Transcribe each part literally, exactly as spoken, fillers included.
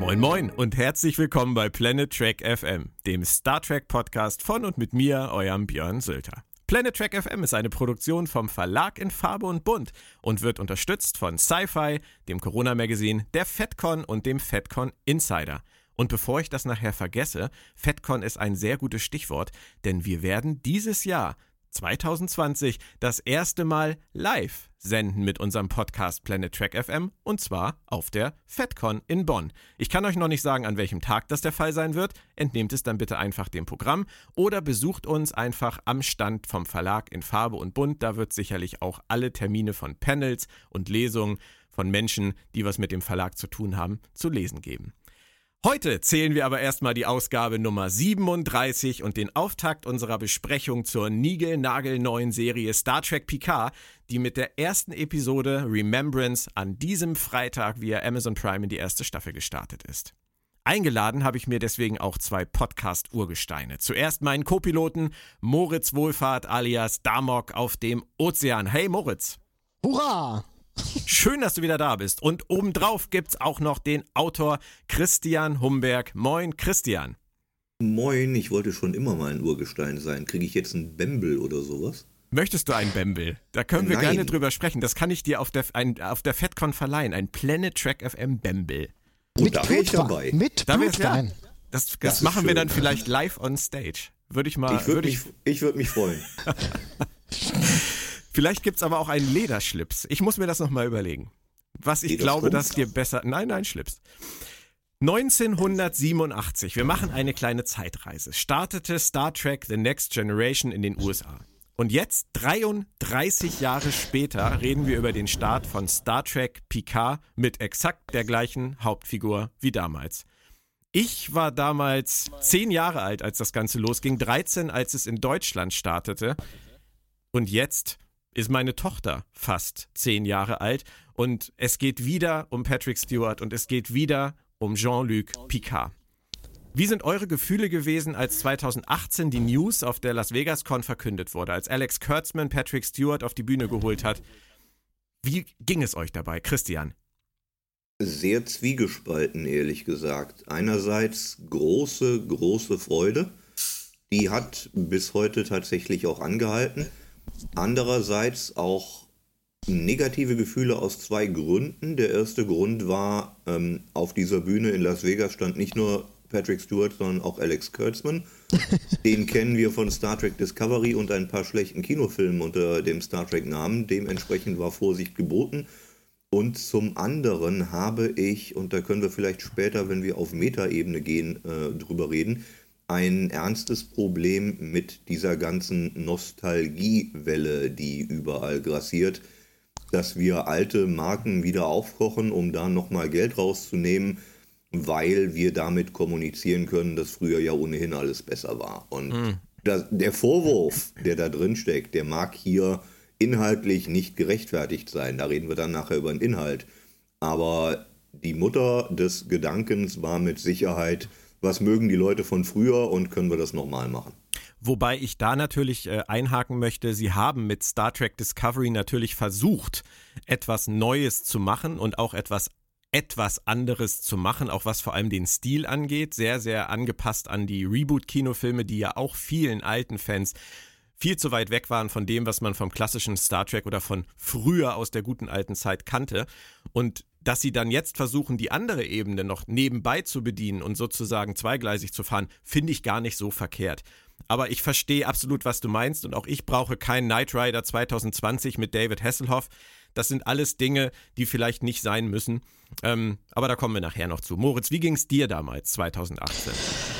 Moin Moin und herzlich willkommen bei Planet Trek F M, dem Star Trek Podcast von und mit mir, eurem Björn Sülter. Planet Trek F M ist eine Produktion vom Verlag in Farbe und Bunt und wird unterstützt von Sci-Fi, dem Corona-Magazin, der FedCon und dem FedCon Insider. Und bevor ich das nachher vergesse, FedCon ist ein sehr gutes Stichwort, denn wir werden dieses Jahr zwanzig zwanzig das erste Mal live senden mit unserem Podcast Planet Trek F M und zwar auf der FedCon in Bonn. Ich kann euch noch nicht sagen, an welchem Tag das der Fall sein wird. Entnehmt es dann bitte einfach dem Programm oder besucht uns einfach am Stand vom Verlag in Farbe und Bunt. Da wird sicherlich auch alle Termine von Panels und Lesungen von Menschen, die was mit dem Verlag zu tun haben, zu lesen geben. Heute zählen wir aber erstmal die Ausgabe Nummer siebenunddreißig und den Auftakt unserer Besprechung zur niegelnagelneuen Serie Star Trek Picard, die mit der ersten Episode Remembrance an diesem Freitag via Amazon Prime in die erste Staffel gestartet ist. Eingeladen habe ich mir deswegen auch zwei Podcast-Urgesteine. Zuerst meinen Co-Piloten Moritz Wohlfahrt alias Damok auf dem Ozean. Hey Moritz! Hurra! Schön, dass du wieder da bist. Und obendrauf gibt's auch noch den Autor Christian Humberg. Moin, Christian. Moin, ich wollte schon immer mal ein Urgestein sein. Kriege ich jetzt einen Bembel oder sowas? Möchtest du einen Bembel? Da können wir Nein. gerne drüber sprechen. Das kann ich dir auf der, ein, auf der FedCon verleihen. Ein Planet Trek F M Bembel. Und da wäre ich dabei. Mit Da wär's- Blutwein. ja, Das, das, Das ist machen wir schön. dann vielleicht live on stage. Würde ich mal. Ich würde würde mich, ich würd mich freuen. Vielleicht gibt's aber auch einen Lederschlips. Ich muss mir das nochmal überlegen. Was ich Lederstrumpf? glaube, dass dir besser... Nein, nein, Schlips. neunzehnhundertsiebenundachtzig, wir machen eine kleine Zeitreise, startete Star Trek The Next Generation in den U S A. Und jetzt, dreiunddreißig Jahre später, reden wir über den Start von Star Trek Picard mit exakt der gleichen Hauptfigur wie damals. Ich war damals zehn Jahre alt, als das Ganze losging, dreizehn, als es in Deutschland startete. Und jetzt ist meine Tochter fast zehn Jahre alt und es geht wieder um Patrick Stewart und es geht wieder um Jean-Luc Picard. Wie sind eure Gefühle gewesen, als zweitausendachtzehn die News auf der Las Vegas Con verkündet wurde, als Alex Kurtzman Patrick Stewart auf die Bühne geholt hat? Wie ging es euch dabei, Christian? Sehr zwiegespalten, ehrlich gesagt. Einerseits große, große Freude. Die hat bis heute tatsächlich auch angehalten. Andererseits auch negative Gefühle aus zwei Gründen. Der erste Grund war, ähm, auf dieser Bühne in Las Vegas stand nicht nur Patrick Stewart, sondern auch Alex Kurtzman. Den kennen wir von Star Trek Discovery und ein paar schlechten Kinofilmen unter dem Star Trek-Namen. Dementsprechend war Vorsicht geboten. Und zum anderen habe ich, und da können wir vielleicht später, wenn wir auf Metaebene gehen, äh, drüber reden, ein ernstes Problem mit dieser ganzen Nostalgiewelle, die überall grassiert, dass wir alte Marken wieder aufkochen, um da nochmal Geld rauszunehmen, weil wir damit kommunizieren können, dass früher ja ohnehin alles besser war. Und mhm. das, der Vorwurf, der da drin steckt, der mag hier inhaltlich nicht gerechtfertigt sein. Da reden wir dann nachher über den Inhalt. Aber die Mutter des Gedankens war mit Sicherheit: Was mögen die Leute von früher und können wir das nochmal machen? Wobei ich da natürlich äh, einhaken möchte, sie haben mit Star Trek Discovery natürlich versucht, etwas Neues zu machen und auch etwas etwas anderes zu machen, auch was vor allem den Stil angeht, sehr, sehr angepasst an die Reboot-Kinofilme, die ja auch vielen alten Fans viel zu weit weg waren von dem, was man vom klassischen Star Trek oder von früher aus der guten alten Zeit kannte. Und dass sie dann jetzt versuchen, die andere Ebene noch nebenbei zu bedienen und sozusagen zweigleisig zu fahren, finde ich gar nicht so verkehrt. Aber ich verstehe absolut, was du meinst und auch ich brauche keinen Knight Rider zwanzig zwanzig mit David Hasselhoff. Das sind alles Dinge, die vielleicht nicht sein müssen. Ähm, aber da kommen wir nachher noch zu. Moritz, wie ging es dir damals, zweitausendachtzehn?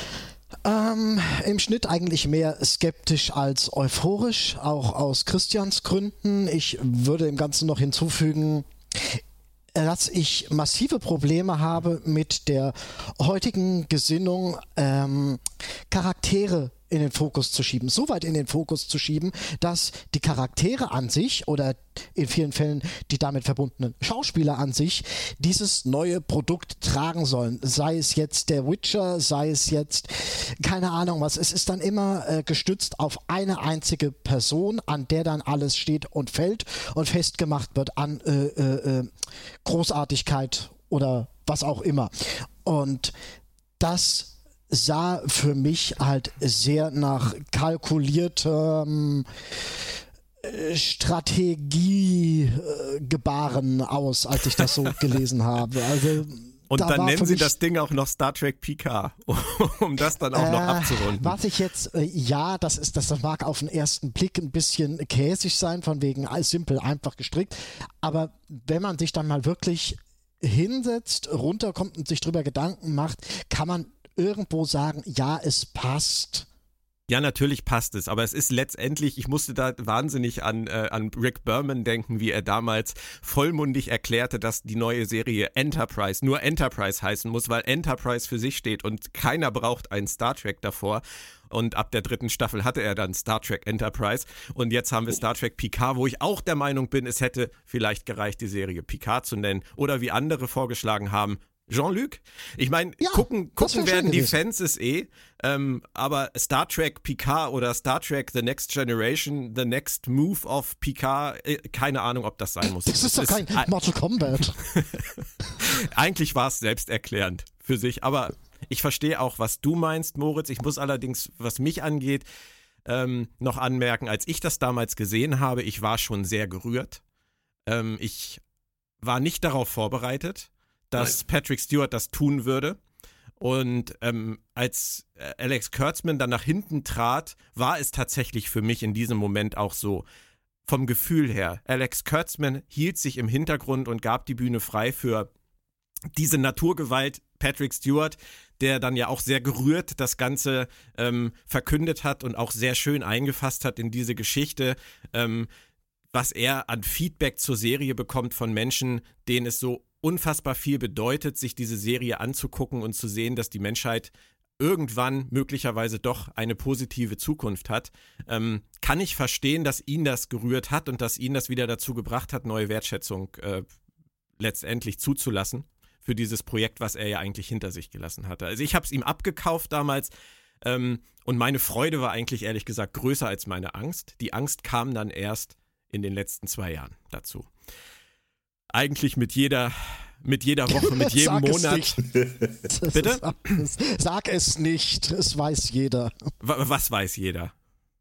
Ähm, im Schnitt eigentlich mehr skeptisch als euphorisch, auch aus Christians Gründen. Ich würde im Ganzen noch hinzufügen, dass ich massive Probleme habe mit der heutigen Gesinnung, ähm, Charaktere in den Fokus zu schieben, so weit in den Fokus zu schieben, dass die Charaktere an sich oder in vielen Fällen die damit verbundenen Schauspieler an sich dieses neue Produkt tragen sollen. Sei es jetzt der Witcher, sei es jetzt keine Ahnung was. Es ist dann immer äh, gestützt auf eine einzige Person, an der dann alles steht und fällt und festgemacht wird an äh, äh, Großartigkeit oder was auch immer. Und das sah für mich halt sehr nach kalkuliertem Strategiegebaren aus, als ich das so gelesen habe. Also Und da dann war nennen für Sie mich, das Ding auch noch Star Trek Picard, um das dann auch noch äh, abzurunden. Was ich jetzt, äh, ja, das ist, das mag auf den ersten Blick ein bisschen käsig sein, von wegen simpel, einfach gestrickt. Aber wenn man sich dann mal wirklich hinsetzt, runterkommt und sich drüber Gedanken macht, kann man irgendwo sagen, ja, es passt. Ja, natürlich passt es, aber es ist letztendlich, ich musste da wahnsinnig an, äh, an Rick Berman denken, wie er damals vollmundig erklärte, dass die neue Serie Enterprise nur Enterprise heißen muss, weil Enterprise für sich steht und keiner braucht einen Star Trek davor. Und ab der dritten Staffel hatte er dann Star Trek Enterprise und jetzt haben wir Star Trek Picard, wo ich auch der Meinung bin, es hätte vielleicht gereicht, die Serie Picard zu nennen oder wie andere vorgeschlagen haben, Jean-Luc? Ich meine, ja, gucken, gucken werden die gewesen. Fans es eh, ähm, aber Star Trek Picard oder Star Trek The Next Generation, The Next Move of Picard, äh, keine Ahnung, ob das sein muss. Das ist doch kein Mortal Kombat. Eigentlich war es selbsterklärend für sich, aber ich verstehe auch, was du meinst, Moritz. Ich muss allerdings, was mich angeht, ähm, noch anmerken, als ich das damals gesehen habe, ich war schon sehr gerührt. Ähm, ich war nicht darauf vorbereitet, dass Patrick Stewart das tun würde. Und ähm, als Alex Kurtzman dann nach hinten trat, war es tatsächlich für mich in diesem Moment auch so. Vom Gefühl her, Alex Kurtzman hielt sich im Hintergrund und gab die Bühne frei für diese Naturgewalt Patrick Stewart, der dann ja auch sehr gerührt das Ganze ähm, verkündet hat und auch sehr schön eingefasst hat in diese Geschichte, ähm, was er an Feedback zur Serie bekommt von Menschen, denen es so unfassbar viel bedeutet, sich diese Serie anzugucken und zu sehen, dass die Menschheit irgendwann möglicherweise doch eine positive Zukunft hat, ähm, kann ich verstehen, dass ihn das gerührt hat und dass ihn das wieder dazu gebracht hat, neue Wertschätzung äh, letztendlich zuzulassen für dieses Projekt, was er ja eigentlich hinter sich gelassen hatte. Also ich habe es ihm abgekauft damals ähm, und meine Freude war eigentlich ehrlich gesagt größer als meine Angst. Die Angst kam dann erst in den letzten zwei Jahren dazu. Eigentlich mit jeder, mit jeder Woche, mit jedem Sag Monat. Es Bitte? Ist, sag es nicht, es weiß jeder. Was weiß jeder?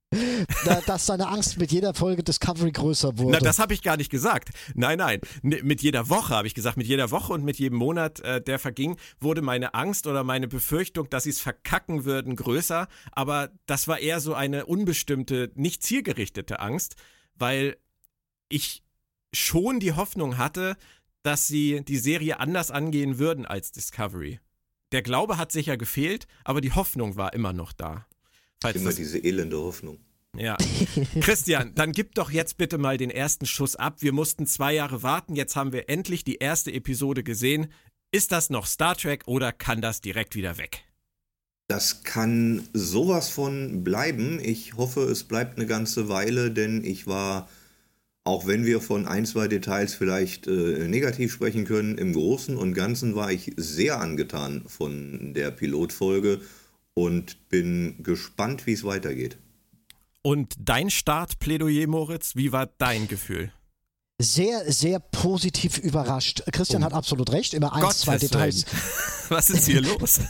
Da, dass seine Angst mit jeder Folge Discovery größer wurde. Na, das habe ich gar nicht gesagt. Nein, nein. N- mit jeder Woche habe ich gesagt, mit jeder Woche und mit jedem Monat, äh, der verging, wurde meine Angst oder meine Befürchtung, dass sie es verkacken würden, größer. Aber das war eher so eine unbestimmte, nicht zielgerichtete Angst, weil ich schon die Hoffnung hatte, dass sie die Serie anders angehen würden als Discovery. Der Glaube hat sicher gefehlt, aber die Hoffnung war immer noch da. Falls Immer das, diese elende Hoffnung. ja. Christian, dann gib doch jetzt bitte mal den ersten Schuss ab. Wir mussten zwei Jahre warten, jetzt haben wir endlich die erste Episode gesehen. Ist das noch Star Trek oder kann das direkt wieder weg? Das kann sowas von bleiben. Ich hoffe, es bleibt eine ganze Weile, denn ich war, auch wenn wir von ein, zwei Details vielleicht äh, negativ sprechen können, im Großen und Ganzen war ich sehr angetan von der Pilotfolge und bin gespannt, wie es weitergeht. Und dein Startplädoyer, Moritz, wie war dein Gefühl? Sehr, sehr positiv überrascht. Christian Oh. hat absolut recht, über ein, Gottes zwei Details. Willen. Was ist hier los?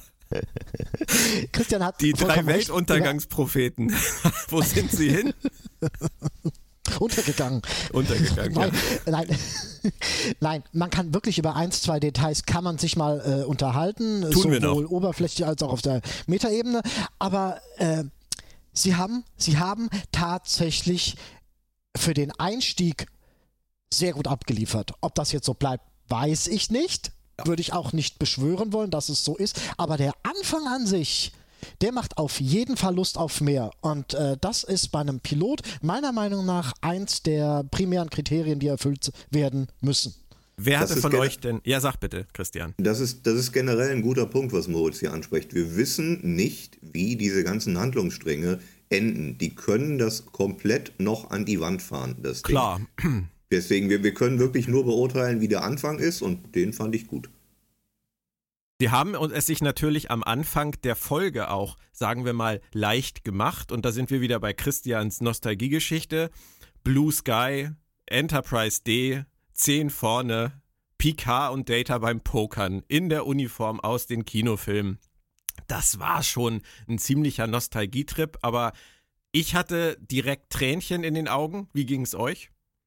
Christian hat Die drei vollkommen recht, Weltuntergangspropheten. Wo sind sie hin? über- untergegangen. Untergegangen, Nein, ja. nein, nein, man kann wirklich über ein, zwei Details kann man sich mal äh, unterhalten, Tun wir sowohl noch. oberflächlich als auch auf der Metaebene. Aber äh, sie haben, sie haben tatsächlich für den Einstieg sehr gut abgeliefert. Ob das jetzt so bleibt, weiß ich nicht. Würde ich auch nicht beschwören wollen, dass es so ist. Aber der Anfang an sich, der macht auf jeden Fall Lust auf mehr. Und äh, das ist bei einem Pilot meiner Meinung nach eins der primären Kriterien, die erfüllt werden müssen. Wer Das hatte ist von gen- euch denn... Ja, sag bitte, Christian. Das ist, das ist generell ein guter Punkt, was Moritz hier anspricht. Wir wissen nicht, wie diese ganzen Handlungsstränge enden. Die können das komplett noch an die Wand fahren, das Ding. Klar. Deswegen, wir, wir können wirklich nur beurteilen, wie der Anfang ist, und den fand ich gut. Sie haben es sich natürlich am Anfang der Folge auch, sagen wir mal, leicht gemacht. Und da sind wir wieder bei Christians Nostalgiegeschichte. Blue Sky, Enterprise D, zehn vorne, Picard und Data beim Pokern in der Uniform aus den Kinofilmen. Das war schon ein ziemlicher Nostalgietrip, aber ich hatte direkt Tränchen in den Augen. Wie ging es euch?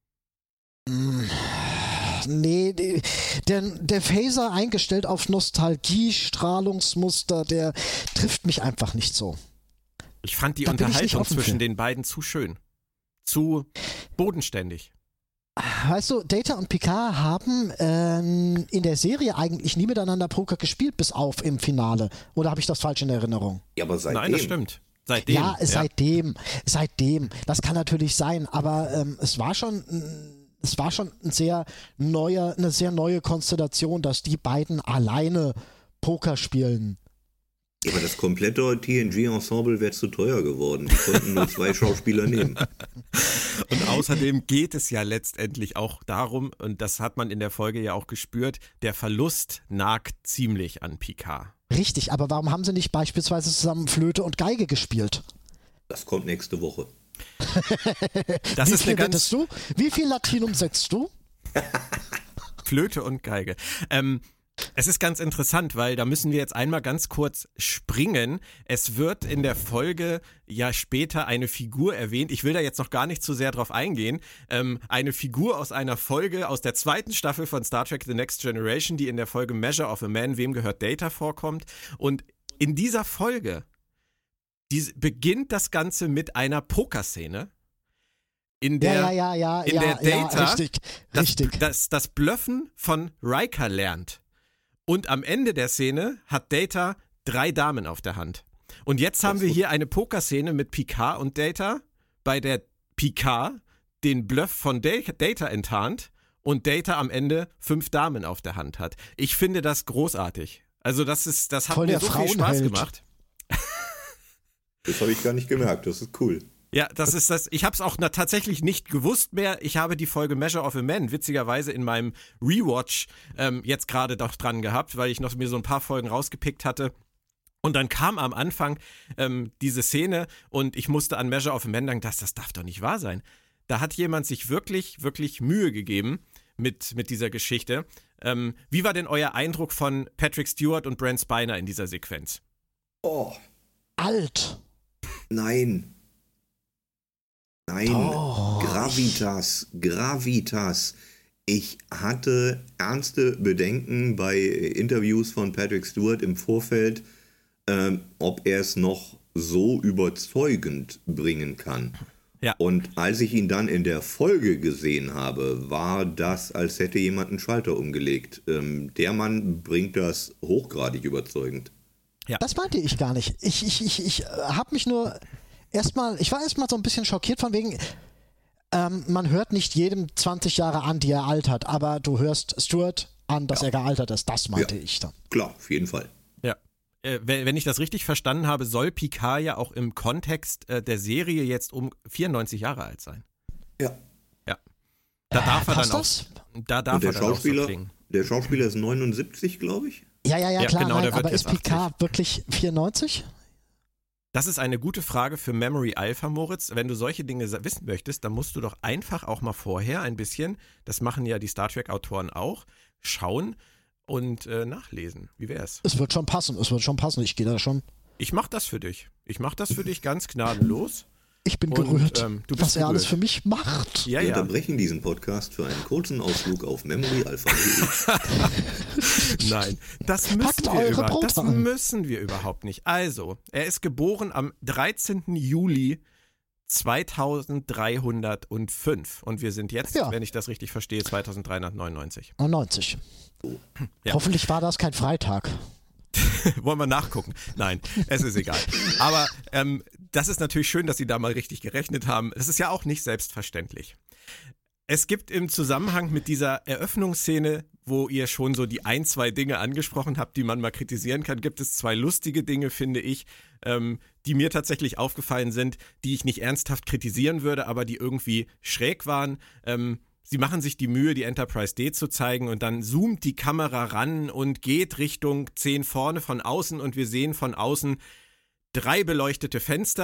Nee, der, der Phaser eingestellt auf Nostalgie, Strahlungsmuster, der trifft mich einfach nicht so. Ich fand die Da bin ich nicht Unterhaltung offen zwischen für. den beiden zu schön. Zu bodenständig. Weißt du, Data und Picard haben ähm, in der Serie eigentlich nie miteinander Poker gespielt, bis auf im Finale. Oder habe ich das falsch in Erinnerung? Ja, aber seitdem. Nein, das stimmt. Seitdem. Ja, seitdem, seitdem. Das kann natürlich sein, aber ähm, es war schon, mm, es war schon ein sehr neuer, eine sehr neue Konstellation, dass die beiden alleine Poker spielen. Ja, aber das komplette T N G-Ensemble wäre zu teuer geworden. Die konnten nur zwei Schauspieler nehmen. Und außerdem geht es ja letztendlich auch darum, und das hat man in der Folge ja auch gespürt, der Verlust nagt ziemlich an Picard. Richtig, aber warum haben sie nicht beispielsweise zusammen Flöte und Geige gespielt? Das kommt nächste Woche. Das Wie ist viel eine ganz wettest du? Wie viel Latinum setzt du? Flöte und Geige. Ähm, es ist ganz interessant, weil da müssen wir jetzt einmal ganz kurz springen. Es wird in der Folge ja später eine Figur erwähnt. Ich will da jetzt noch gar nicht zu sehr drauf eingehen. Ähm, eine Figur aus einer Folge aus der zweiten Staffel von Star Trek The Next Generation, die in der Folge Measure of a Man, Wem gehört Data, vorkommt. Und in dieser Folge die, beginnt das Ganze mit einer Pokerszene, in der, ja, ja, ja, ja, in ja, der ja, Data richtig, das, richtig. Das, das Bluffen von Riker lernt. Und am Ende der Szene hat Data drei Damen auf der Hand. Und jetzt haben wir hier eine Pokerszene mit Picard und Data, bei der Picard den Bluff von Data enttarnt und Data am Ende fünf Damen auf der Hand hat. Ich finde das großartig. Also das ist, das hat Voll mir der so viel Spaß Frauenheld. gemacht. Das habe ich gar nicht gemerkt. Das ist cool. Ja, das ist das. Ich habe es auch na, tatsächlich nicht gewusst mehr. Ich habe die Folge Measure of a Man witzigerweise in meinem Rewatch ähm, jetzt gerade doch dran gehabt, weil ich noch mir so ein paar Folgen rausgepickt hatte. Und dann kam am Anfang ähm, diese Szene und ich musste an Measure of a Man denken, das, das darf doch nicht wahr sein. Da hat jemand sich wirklich, wirklich Mühe gegeben mit, mit dieser Geschichte. Ähm, wie war denn euer Eindruck von Patrick Stewart und Brent Spiner in dieser Sequenz? Oh, Alt. nein. Nein, Oh, Gravitas, Gravitas. Ich hatte ernste Bedenken bei Interviews von Patrick Stewart im Vorfeld, ähm, ob er es noch so überzeugend bringen kann. Ja. Und als ich ihn dann in der Folge gesehen habe, war das, als hätte jemand einen Schalter umgelegt. Ähm, der Mann bringt das hochgradig überzeugend. Das meinte ich gar nicht. Ich, ich, ich, ich habe mich nur erstmal, ich war erstmal so ein bisschen schockiert von wegen, ähm, man hört nicht jedem zwanzig Jahre an, die er altert, aber du hörst Stuart an, dass Ja. er gealtert ist. Das meinte Ja. ich dann. Klar, auf jeden Fall. Ja. Äh, wenn, wenn ich das richtig verstanden habe, soll Picard ja auch im Kontext äh, der Serie jetzt um vierundneunzig Jahre alt sein. Ja. Ja. Da darf er Passt dann das? auch, da darf Und der er dann auch so Schauspieler, klingen. der Schauspieler ist neunundsiebzig, glaube ich. Ja, ja, ja, Ja, klar, genau, nein, der wird aber ist jetzt achtzig. Picard wirklich vierundneunzig? Das ist eine gute Frage für Memory Alpha, Moritz. Wenn du solche Dinge sa- wissen möchtest, dann musst du doch einfach auch mal vorher ein bisschen, das machen ja die Star Trek-Autoren auch, schauen und äh, nachlesen. Wie wär's? Es wird schon passen, es wird schon passen. Ich gehe da schon. Ich mach das für dich. Ich mach das für dich ganz gnadenlos. Ich bin Und, gerührt, ähm, du bist was er alles gerührt. für mich macht. Ja, Wir ja. unterbrechen diesen Podcast für einen kurzen Ausflug auf Memory Alpha. Nein, das müssen, Packt wir eure über, Brote das an. müssen wir überhaupt nicht. Also, er ist geboren am dreizehnten Juli zweitausenddreihundertfünf und wir sind jetzt, Ja. wenn ich das richtig verstehe, zweitausenddreihundertneunundneunzig. neunzig. Ja. Hoffentlich war das kein Freitag. Wollen wir nachgucken? Nein, es ist egal. Aber ähm, das ist natürlich schön, dass Sie da mal richtig gerechnet haben. Das ist ja auch nicht selbstverständlich. Es gibt im Zusammenhang mit dieser Eröffnungsszene, wo ihr schon so die ein, zwei Dinge angesprochen habt, die man mal kritisieren kann, gibt es zwei lustige Dinge, finde ich, ähm, die mir tatsächlich aufgefallen sind, die ich nicht ernsthaft kritisieren würde, aber die irgendwie schräg waren. Ähm, Sie machen sich die Mühe, die Enterprise D zu zeigen und dann zoomt die Kamera ran und geht Richtung zehn vorne von außen und wir sehen von außen drei beleuchtete Fenster.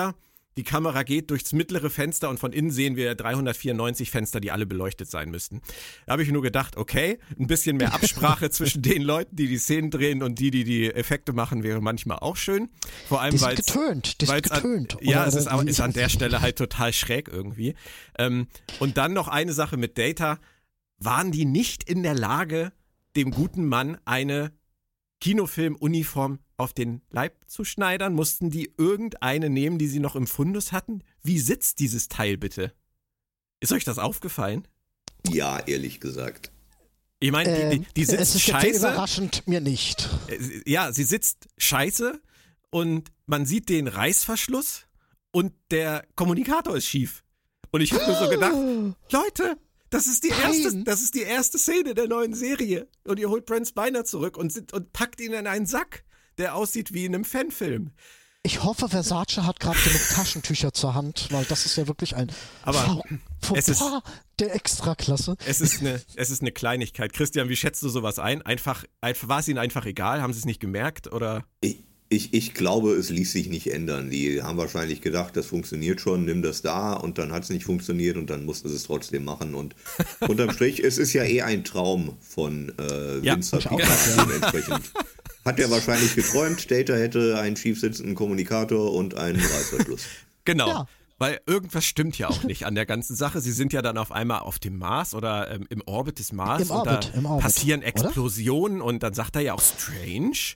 die Kamera geht durchs mittlere Fenster und von innen sehen wir dreihundertvierundneunzig Fenster, die alle beleuchtet sein müssten. Da habe ich nur gedacht, okay, ein bisschen mehr Absprache zwischen den Leuten, die die Szenen drehen und die, die die Effekte machen, wäre manchmal auch schön. Vor allem, weil es getönt, das ist getönt. An, ja, es ist, aber, ist an der Stelle halt total schräg irgendwie. Ähm, und dann noch eine Sache mit Data. Waren die nicht in der Lage, dem guten Mann eine Kinofilmuniform auf den Leib zu schneidern? Mussten die irgendeine nehmen, die sie noch im Fundus hatten? Wie sitzt dieses Teil bitte? Ist euch das aufgefallen? Ja, ehrlich gesagt. Ich meine, die, die, die sitzt es ist scheiße. Überraschend mir nicht. Ja, sie sitzt scheiße und man sieht den Reißverschluss und der Kommunikator ist schief. Und ich habe mir so gedacht, Leute, Das ist, die erste, das ist die erste Szene der neuen Serie. Und ihr holt Brent Spiner zurück und, und packt ihn in einen Sack, der aussieht wie in einem Fanfilm. Ich hoffe, Versace hat gerade genug Taschentücher zur Hand, weil das ist ja wirklich ein Aber es ist, der Extraklasse. Es ist, eine, es ist eine Kleinigkeit. Christian, wie schätzt du sowas ein? Einfach, einfach, war es ihnen einfach egal? Haben sie es nicht gemerkt? Oder? Ich, ich, ich glaube, es ließ sich nicht ändern. Die haben wahrscheinlich gedacht, das funktioniert schon, nimm das da, und dann hat es nicht funktioniert und dann mussten sie es trotzdem machen. Und unterm Strich, es ist ja eh ein Traum von äh, ja, Vince Picard. Dementsprechend hat er wahrscheinlich geträumt, Data hätte einen schief sitzenden Kommunikator und einen Reißverschluss. Genau. Ja. Weil irgendwas stimmt ja auch nicht an der ganzen Sache. Sie sind ja dann auf einmal auf dem Mars oder ähm, im Orbit des Mars. Im und Orbit, da im Orbit, passieren Explosionen, oder? Und dann sagt er ja auch strange.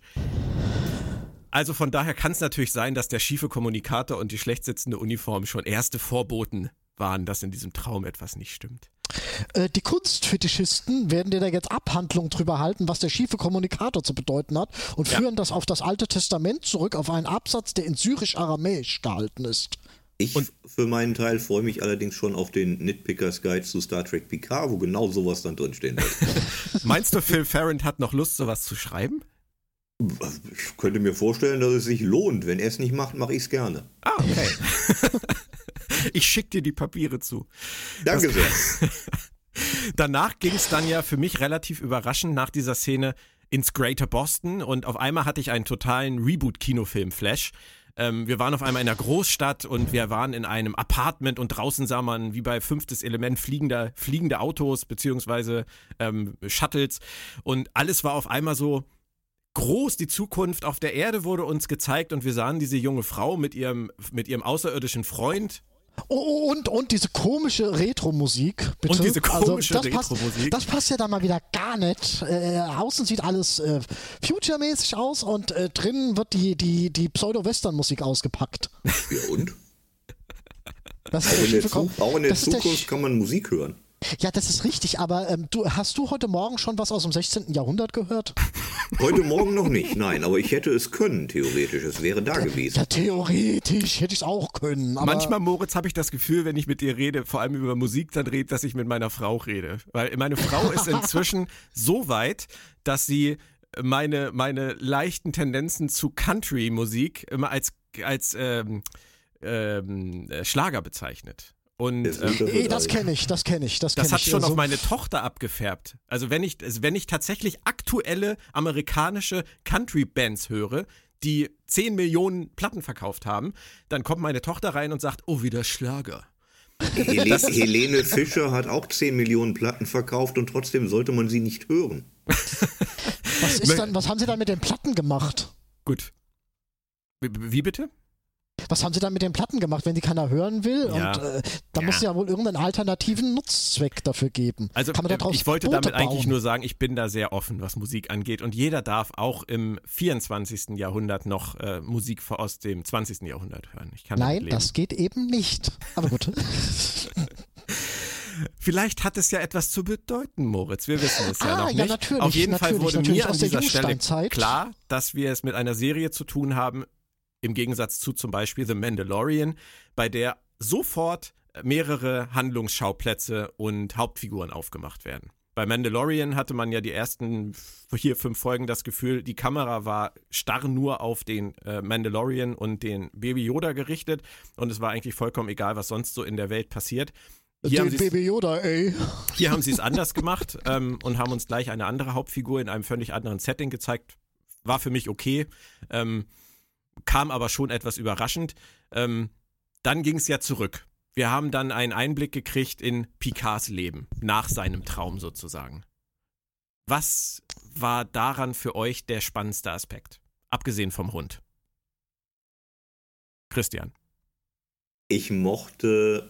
Also von daher kann es natürlich sein, dass der schiefe Kommunikator und die schlecht sitzende Uniform schon erste Vorboten waren, dass in diesem Traum etwas nicht stimmt. Äh, die Kunstfetischisten werden dir da jetzt Abhandlungen drüber halten, was der schiefe Kommunikator zu bedeuten hat, und Ja. führen das auf das Alte Testament zurück, auf einen Absatz, der in syrisch-aramäisch gehalten ist. Ich Und- für meinen Teil freue mich allerdings schon auf den Nitpickers Guide zu Star Trek Picard, wo genau sowas dann drinstehen wird. Meinst du, Phil Farrant hat noch Lust, sowas zu schreiben? Ich könnte mir vorstellen, dass es sich lohnt. Wenn er es nicht macht, mache ich es gerne. Ah, okay. Ich schicke dir die Papiere zu. Danke sehr. Danach ging es dann ja für mich relativ überraschend nach dieser Szene ins Greater Boston, und auf einmal hatte ich einen totalen Reboot-Kinofilm-Flash. Ähm, wir waren auf einmal in einer Großstadt und wir waren in einem Apartment, und draußen sah man wie bei Fünftes Element fliegende, fliegende Autos beziehungsweise ähm, Shuttles, und alles war auf einmal so groß. Die Zukunft auf der Erde wurde uns gezeigt, und wir sahen diese junge Frau mit ihrem, mit ihrem außerirdischen Freund. Oh, und, und diese komische Retro-Musik, bitte. Und diese komische also, das passt, Retro-Musik. Das passt ja dann mal wieder gar nicht. Äh, außen sieht alles äh, future-mäßig aus, und äh, drinnen wird die, die, die Pseudo-Western-Musik ausgepackt. Ja, und? Das Auch ist in der, schiefe Zu Kom- auch in der das ist der Zukunft Sch- kann man Musik hören. Ja, das ist richtig, aber ähm, du, hast du heute Morgen schon was aus dem sechzehnten Jahrhundert gehört? Heute Morgen noch nicht, nein, aber ich hätte es können, theoretisch. Es wäre da gewesen. Ja, theoretisch hätte ich es auch können. Aber Manchmal, Moritz, habe ich das Gefühl, wenn ich mit dir rede, vor allem über Musik, dann rede, dass ich mit meiner Frau rede. Weil meine Frau ist inzwischen so weit, dass sie meine, meine leichten Tendenzen zu Country-Musik immer als, als ähm, ähm, Schlager bezeichnet. Und Das ähm, ist Eh, das kenne ich, das kenne ich, das kenne das hat ich. schon Also, auf meine Tochter abgefärbt. Also wenn ich, also wenn ich tatsächlich aktuelle amerikanische Country-Bands höre, die zehn Millionen Platten verkauft haben, dann kommt meine Tochter rein und sagt, oh, wieder Schlager. Hele Helene Fischer hat auch zehn Millionen Platten verkauft, und trotzdem sollte man sie nicht hören. was, ist dann, was haben sie dann mit den Platten gemacht? Gut. Wie, wie bitte? Was haben sie dann mit den Platten gemacht, wenn die keiner hören will? Ja. Und äh, da Ja. muss es ja wohl irgendeinen alternativen Nutzzweck dafür geben. Also Kann man da äh, draus ich wollte Boote damit eigentlich bauen? nur sagen, ich bin da sehr offen, was Musik angeht, und jeder darf auch im vierundzwanzigsten Jahrhundert noch äh, Musik aus dem zwanzigsten Jahrhundert hören. Ich kann damit Nein, leben. das geht eben nicht. Aber gut. Vielleicht hat es ja etwas zu bedeuten, Moritz. Wir wissen es ja Ah, noch ja, nicht. natürlich, Auf jeden Fall natürlich, wurde natürlich, mir an aus der dieser Stelle Jungsteinzeit. klar, dass wir es mit einer Serie zu tun haben, im Gegensatz zu zum Beispiel The Mandalorian, bei der sofort mehrere Handlungsschauplätze und Hauptfiguren aufgemacht werden. Bei Mandalorian hatte man ja die ersten vier, fünf Folgen das Gefühl, die Kamera war starr nur auf den äh, Mandalorian und den Baby Yoda gerichtet, und es war eigentlich vollkommen egal, was sonst so in der Welt passiert. Hier haben Den sie's- Baby Yoda, ey. hier haben sie es anders gemacht ähm, und haben uns gleich eine andere Hauptfigur in einem völlig anderen Setting gezeigt. War für mich okay, ähm, kam aber schon etwas überraschend. Ähm, dann ging es ja zurück. Wir haben dann einen Einblick gekriegt in Picards Leben, nach seinem Traum sozusagen. Was war daran für euch der spannendste Aspekt, abgesehen vom Hund? Christian. Ich mochte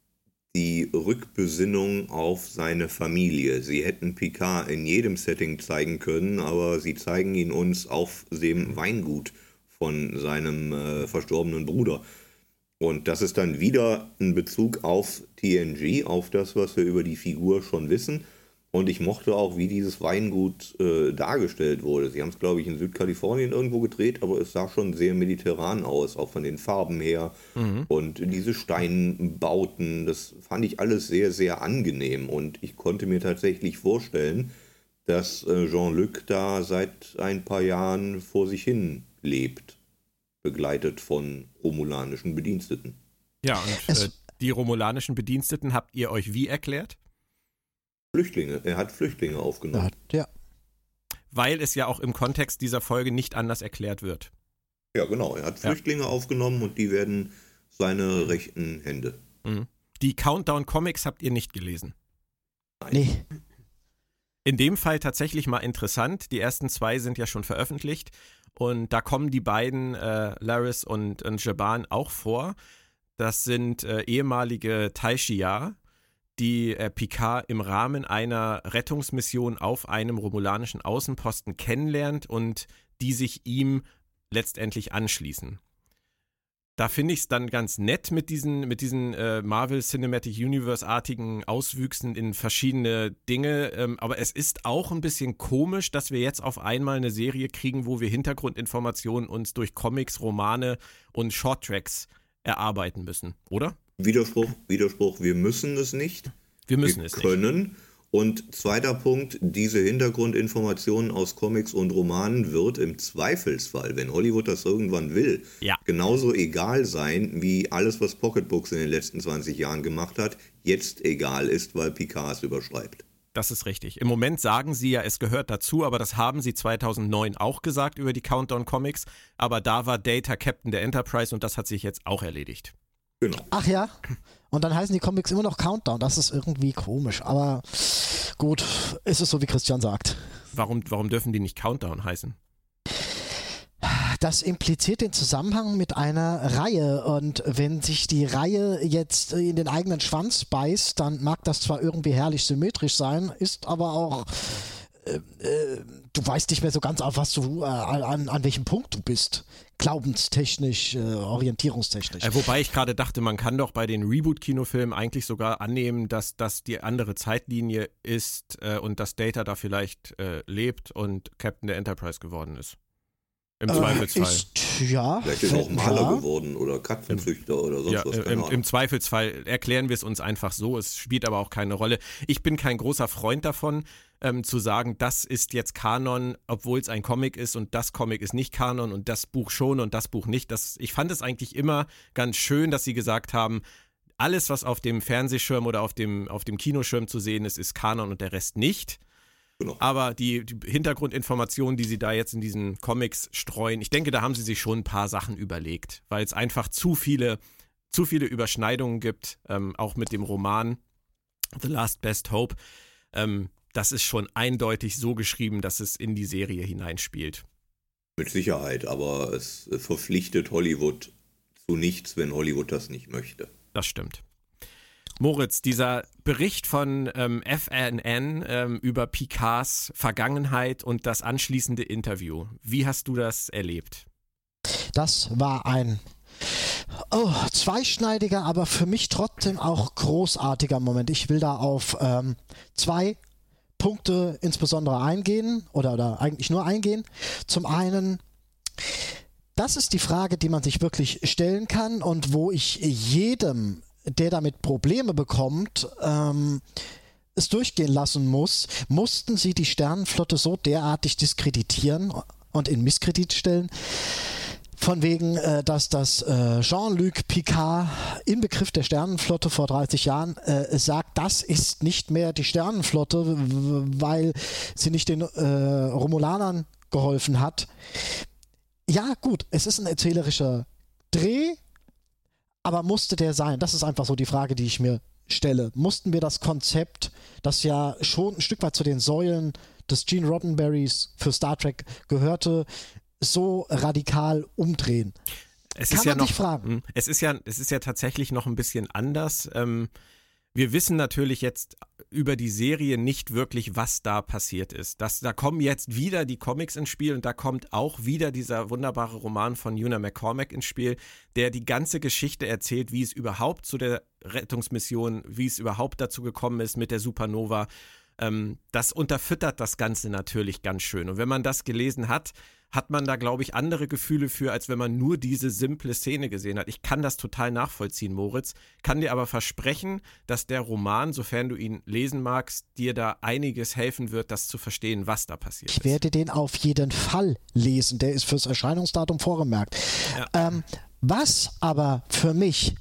die Rückbesinnung auf seine Familie. Sie hätten Picard in jedem Setting zeigen können, aber sie zeigen ihn uns auf dem Weingut von seinem äh, verstorbenen Bruder. Und das ist dann wieder ein Bezug auf T N G, auf das, was wir über die Figur schon wissen. Und ich mochte auch, wie dieses Weingut äh, dargestellt wurde. Sie haben es, glaube ich, in Südkalifornien irgendwo gedreht, aber es sah schon sehr mediterran aus, auch von den Farben her. Mhm. Und diese Steinbauten, das fand ich alles sehr, sehr angenehm. Und ich konnte mir tatsächlich vorstellen, dass äh, Jean-Luc da seit ein paar Jahren vor sich hin lebt, begleitet von romulanischen Bediensteten. Ja, und äh, die romulanischen Bediensteten habt ihr euch wie erklärt? Flüchtlinge. Er hat Flüchtlinge aufgenommen. Ja. Weil es ja auch im Kontext dieser Folge nicht anders erklärt wird. Ja, genau. Er hat Flüchtlinge ja. aufgenommen und die werden seine rechten Hände. Mhm. Die Countdown-Comics habt ihr nicht gelesen? Nein. Nee. In dem Fall tatsächlich mal interessant. Die ersten zwei sind ja schon veröffentlicht. Und da kommen die beiden, äh, Laris und, und Zhaban, auch vor. Das sind äh, ehemalige Tai Shi'ar, die äh, Picard im Rahmen einer Rettungsmission auf einem romulanischen Außenposten kennenlernt und die sich ihm letztendlich anschließen. Da finde ich es dann ganz nett mit diesen, mit diesen äh, Marvel Cinematic Universe-artigen Auswüchsen in verschiedene Dinge. Ähm, aber es ist auch ein bisschen komisch, dass wir jetzt auf einmal eine Serie kriegen, wo wir Hintergrundinformationen uns durch Comics, Romane und Shorttracks erarbeiten müssen, oder? Widerspruch, Widerspruch, wir müssen es nicht. Wir müssen wir es können. nicht. Und zweiter Punkt, diese Hintergrundinformationen aus Comics und Romanen wird im Zweifelsfall, wenn Hollywood das irgendwann will, ja. genauso egal sein, wie alles, was Pocketbooks in den letzten zwanzig Jahren gemacht hat, jetzt egal ist, weil Picard es überschreibt. Das ist richtig. Im Moment sagen sie ja, es gehört dazu, aber das haben sie zweitausendneun auch gesagt über die Countdown-Comics. Aber da war Data Captain der Enterprise und das hat sich jetzt auch erledigt. Genau. Ach ja, und dann heißen die Comics immer noch Countdown. Das ist irgendwie komisch, aber gut, ist es so, wie Christian sagt. Warum, warum dürfen die nicht Countdown heißen? Das impliziert den Zusammenhang mit einer Reihe und wenn sich die Reihe jetzt in den eigenen Schwanz beißt, dann mag das zwar irgendwie herrlich symmetrisch sein, ist aber auch, äh, äh, du weißt nicht mehr so ganz, auf was du, äh, an, an welchem Punkt du bist. Glaubenstechnisch, äh, orientierungstechnisch. Äh, wobei ich gerade dachte, man kann doch bei den Reboot-Kinofilmen eigentlich sogar annehmen, dass das die andere Zeitlinie ist äh, und dass Data da vielleicht äh, lebt und Captain der Enterprise geworden ist. Im äh, Zweifelsfall. Ist, ja. Vielleicht ist er auch Maler ja. geworden oder Katzenzüchter oder sonst ja, was. Im, Im Zweifelsfall erklären wir es uns einfach so. Es spielt aber auch keine Rolle. Ich bin kein großer Freund davon, ähm, zu sagen, das ist jetzt Kanon, obwohl es ein Comic ist und das Comic ist nicht Kanon und das Buch schon und das Buch nicht. Das, ich fand es eigentlich immer ganz schön, dass sie gesagt haben, alles, was auf dem Fernsehschirm oder auf dem, auf dem Kinoschirm zu sehen ist, ist Kanon und der Rest nicht. Genau. Aber die, die Hintergrundinformationen, die sie da jetzt in diesen Comics streuen, ich denke, da haben sie sich schon ein paar Sachen überlegt, weil es einfach zu viele, zu viele Überschneidungen gibt, ähm, auch mit dem Roman The Last Best Hope. Ähm, das ist schon eindeutig so geschrieben, dass es in die Serie hineinspielt. Mit Sicherheit, aber es verpflichtet Hollywood zu nichts, wenn Hollywood das nicht möchte. Das stimmt. Moritz, dieser Bericht von ähm, F N N ähm, über Picards Vergangenheit und das anschließende Interview, wie hast du das erlebt? Das war ein oh, zweischneidiger, aber für mich trotzdem auch großartiger Moment. Ich will da auf ähm, zwei Punkte insbesondere eingehen oder, oder eigentlich nur eingehen. Zum einen, das ist die Frage, die man sich wirklich stellen kann und wo ich jedem, der damit Probleme bekommt, ähm, es durchgehen lassen muss. Mussten sie die Sternenflotte so derartig diskreditieren und in Misskredit stellen, von wegen, äh, dass das äh, Jean-Luc Picard im Begriff der Sternenflotte vor dreißig Jahren äh, sagt, das ist nicht mehr die Sternenflotte, w- weil sie nicht den äh, Romulanern geholfen hat. Ja gut, es ist ein erzählerischer Dreh, Aber musste der sein? Das ist einfach so die Frage, die ich mir stelle. Mussten wir das Konzept, das ja schon ein Stück weit zu den Säulen des Gene Roddenberrys für Star Trek gehörte, so radikal umdrehen? Es Kann ist man ja noch, sich fragen. Es ist ja, es ist ja tatsächlich noch ein bisschen anders. Ähm, wir wissen natürlich jetzt über die Serie nicht wirklich, was da passiert ist. Das, da kommen jetzt wieder die Comics ins Spiel und da kommt auch wieder dieser wunderbare Roman von Una McCormack ins Spiel, der die ganze Geschichte erzählt, wie es überhaupt zu der Rettungsmission, wie es überhaupt dazu gekommen ist mit der Supernova. Ähm, das unterfüttert das Ganze natürlich ganz schön. Und wenn man das gelesen hat, hat man da, glaube ich, andere Gefühle für, als wenn man nur diese simple Szene gesehen hat. Ich kann das total nachvollziehen, Moritz, kann dir aber versprechen, dass der Roman, sofern du ihn lesen magst, dir da einiges helfen wird, das zu verstehen, was da passiert ist. Ich werde den auf jeden Fall lesen. Der ist fürs Erscheinungsdatum vorgemerkt. Ja. Ähm, was aber für mich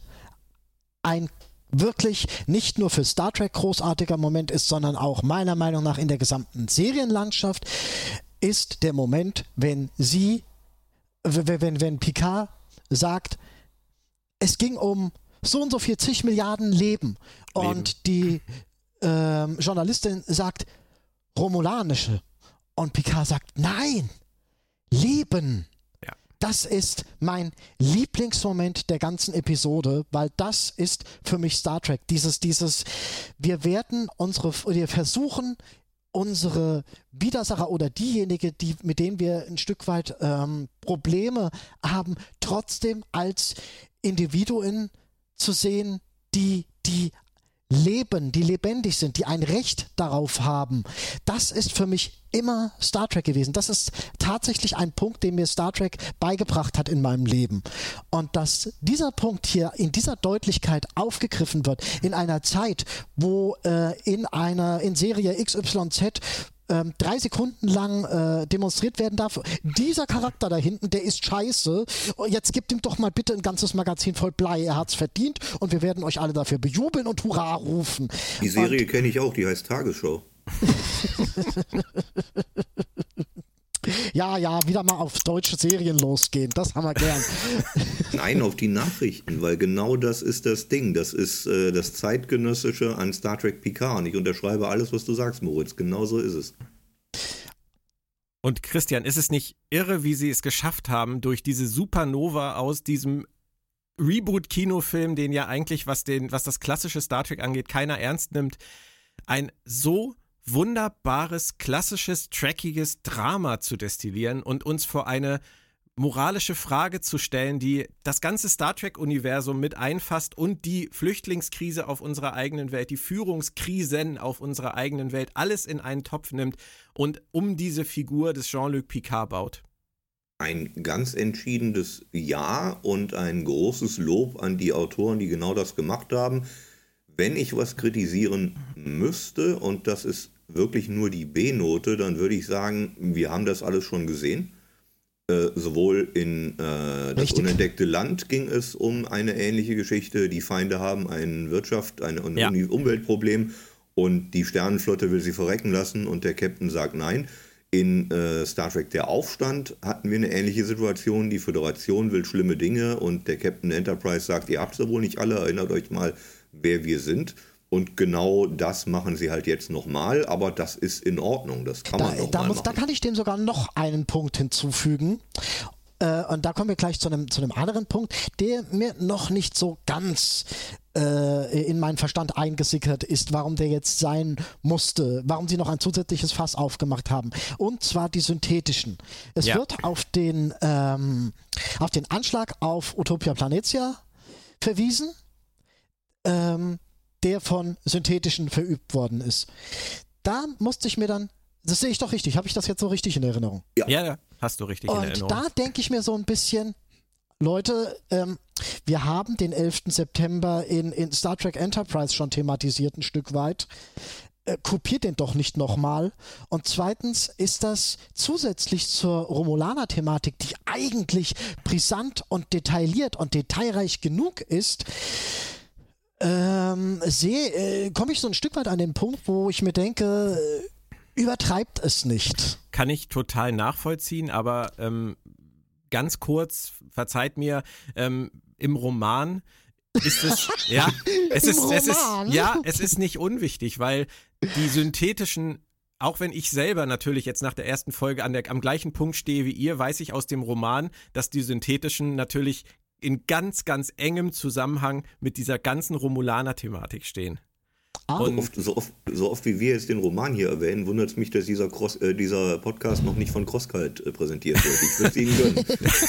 ein wirklich nicht nur für Star Trek großartiger Moment ist, sondern auch meiner Meinung nach in der gesamten Serienlandschaft, ist der Moment, wenn sie, wenn, wenn, wenn Picard sagt, es ging um so und so viel zig Milliarden Leben. Leben. Und die ähm, Journalistin sagt, romulanische. Und Picard sagt, nein, Leben. Ja. Das ist mein Lieblingsmoment der ganzen Episode, weil das ist für mich Star Trek. Dieses, dieses, wir werden unsere, wir versuchen, unsere Widersacher oder diejenige, die, mit denen wir ein Stück weit ähm, Probleme haben, trotzdem als Individuen zu sehen, die, die leben, die lebendig sind, die ein Recht darauf haben. Das ist für mich immer Star Trek gewesen. Das ist tatsächlich ein Punkt, den mir Star Trek beigebracht hat in meinem Leben. Und dass dieser Punkt hier in dieser Deutlichkeit aufgegriffen wird, in einer Zeit, wo äh, in einer, in Serie X Y Z ähm, drei Sekunden lang äh, demonstriert werden darf, dieser Charakter da hinten, der ist scheiße, jetzt gebt ihm doch mal bitte ein ganzes Magazin voll Blei, er hat's verdient und wir werden euch alle dafür bejubeln und Hurra rufen. Die Serie kenne ich auch, die heißt Tagesschau. Ja, ja, wieder mal auf deutsche Serien losgehen, das haben wir gern. Nein, auf die Nachrichten, weil genau das ist das Ding. Das ist äh, das Zeitgenössische an Star Trek Picard. Und ich unterschreibe alles, was du sagst, Moritz. Genau so ist es. Und Christian, ist es nicht irre, wie sie es geschafft haben, durch diese Supernova aus diesem Reboot-Kinofilm, den ja eigentlich, was, den, was das klassische Star Trek angeht, keiner ernst nimmt, ein so wunderbares, klassisches, trackiges Drama zu destillieren und uns vor eine moralische Frage zu stellen, die das ganze Star Trek-Universum mit einfasst und die Flüchtlingskrise auf unserer eigenen Welt, die Führungskrisen auf unserer eigenen Welt, alles in einen Topf nimmt und um diese Figur des Jean-Luc Picard baut. Ein ganz entschiedenes Ja und ein großes Lob an die Autoren, die genau das gemacht haben. Wenn ich was kritisieren müsste, und das ist wirklich nur die B-Note, dann würde ich sagen, wir haben das alles schon gesehen. Äh, sowohl in äh, das unentdeckte Land ging es um eine ähnliche Geschichte. Die Feinde haben eine Wirtschaft, ein, ein ja. Umweltproblem und die Sternenflotte will sie verrecken lassen und der Captain sagt nein. In äh, Star Trek Der Aufstand hatten wir eine ähnliche Situation. Die Föderation will schlimme Dinge und der Captain Enterprise sagt, ihr habt es ja wohl nicht alle, erinnert euch mal, wer wir sind. Und genau das machen sie halt jetzt nochmal, aber das ist in Ordnung, das kann da, man nochmal da machen. Da kann ich dem sogar noch einen Punkt hinzufügen. Äh, und da kommen wir gleich zu einem, zu einem anderen Punkt, der mir noch nicht so ganz äh, in meinen Verstand eingesickert ist, warum der jetzt sein musste, warum sie noch ein zusätzliches Fass aufgemacht haben. Und zwar die synthetischen. Es ja. wird auf den, ähm, auf den Anschlag auf Utopia Planitia verwiesen, ähm, der von synthetischen verübt worden ist. Da musste ich mir dann, das sehe ich doch richtig, habe ich das jetzt so richtig in Erinnerung? Ja, ja hast du richtig Und in Erinnerung. Und da denke ich mir so ein bisschen, Leute, ähm, wir haben den elften September in, in Star Trek Enterprise schon thematisiert, ein Stück weit. Äh, kopiert den doch nicht nochmal. Und zweitens ist das zusätzlich zur Romulaner-Thematik, die eigentlich brisant und detailliert und detailreich genug ist, Ähm, sehe, äh, komme ich so ein Stück weit an den Punkt, wo ich mir denke, äh, übertreibt es nicht. Kann ich total nachvollziehen, aber ähm, ganz kurz, verzeiht mir, ähm, im Roman ist es, ja, es ist, es ist, Roman? ja, es ist nicht unwichtig, weil die synthetischen, auch wenn ich selber natürlich jetzt nach der ersten Folge an der, am gleichen Punkt stehe wie ihr, weiß ich aus dem Roman, dass die synthetischen natürlich in ganz, ganz engem Zusammenhang mit dieser ganzen Romulaner-Thematik stehen. Ah. So oft, so, oft, so oft wie wir jetzt den Roman hier erwähnen, wundert es mich, dass dieser, Cross, äh, dieser Podcast noch nicht von Crosskite äh, präsentiert wird. Ich würde es Ihnen gönnen.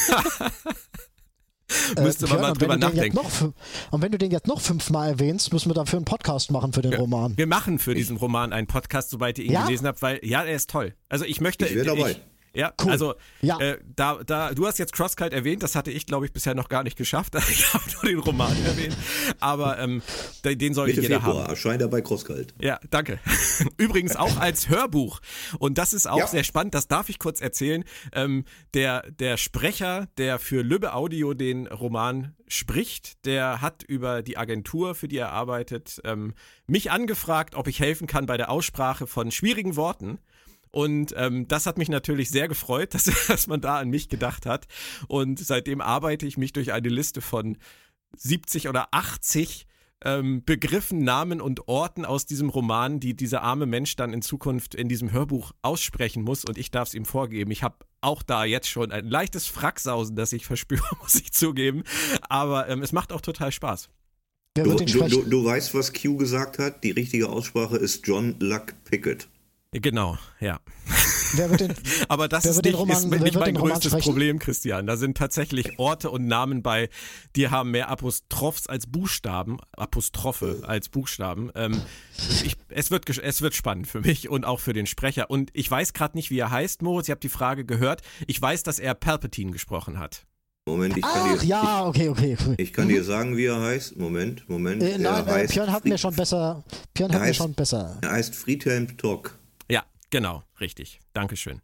Müsste man Björn, mal und drüber wenn du den jetzt nachdenken. noch fün- Und wenn du den jetzt noch fünfmal erwähnst, müssen wir dafür einen Podcast machen für den Ja. Roman. Wir machen für diesen Roman einen Podcast, sobald ihr ihn Ja? gelesen habt, weil, ja, er ist toll. Also ich möchte... Ich wär dabei. Ich, ja, Cool. also Ja. Äh, da, da, du hast jetzt Crosskite erwähnt, das hatte ich, glaube ich, bisher noch gar nicht geschafft. Ich habe nur den Roman erwähnt. Aber ähm, den, den sollte Mitte jeder Februar haben. erscheint er bei Crosskite. Ja, danke. Übrigens auch als Hörbuch. Und das ist auch Ja. sehr spannend, das darf ich kurz erzählen. Ähm, der, der Sprecher, der für Lübbe Audio den Roman spricht, der hat über die Agentur, für die er arbeitet, ähm, mich angefragt, ob ich helfen kann bei der Aussprache von schwierigen Worten. Und ähm, das hat mich natürlich sehr gefreut, dass, dass man da an mich gedacht hat. Und seitdem arbeite ich mich durch eine Liste von siebzig oder achtzig ähm, Begriffen, Namen und Orten aus diesem Roman, die dieser arme Mensch dann in Zukunft in diesem Hörbuch aussprechen muss. Und ich darf es ihm vorgeben. Ich habe auch da jetzt schon ein leichtes Fracksausen, das ich verspüre, muss ich zugeben. Aber ähm, es macht auch total Spaß. Wer Du, wird den du, sprechen? du, du weißt, was Q gesagt hat? Die richtige Aussprache ist John Luck Pickett. Genau, ja. Wer wird den, Aber das Wer ist wird den nicht, Roman- ist wer nicht wird mein den Roman größtes sprechen? Problem, Christian. Da sind tatsächlich Orte und Namen bei, die haben mehr Apostrophs als Buchstaben, Apostrophe als Buchstaben. Ähm, ich, es, wird, gesch- es wird spannend für mich und auch für den Sprecher. Und ich weiß gerade nicht, wie er heißt, Moritz. Ich habe die Frage gehört. Ich weiß, dass er Palpatine gesprochen hat. Moment, ich kann, Ach dir, ja, okay, okay. okay. ich, ich kann dir sagen, wie er heißt. Moment, Moment. Äh, er nein, äh, heißt Björn hat Fried- mir schon besser. Björn Er hat mir heißt- schon besser. Er heißt Friedhelm Tock. Ja, genau, richtig. Dankeschön.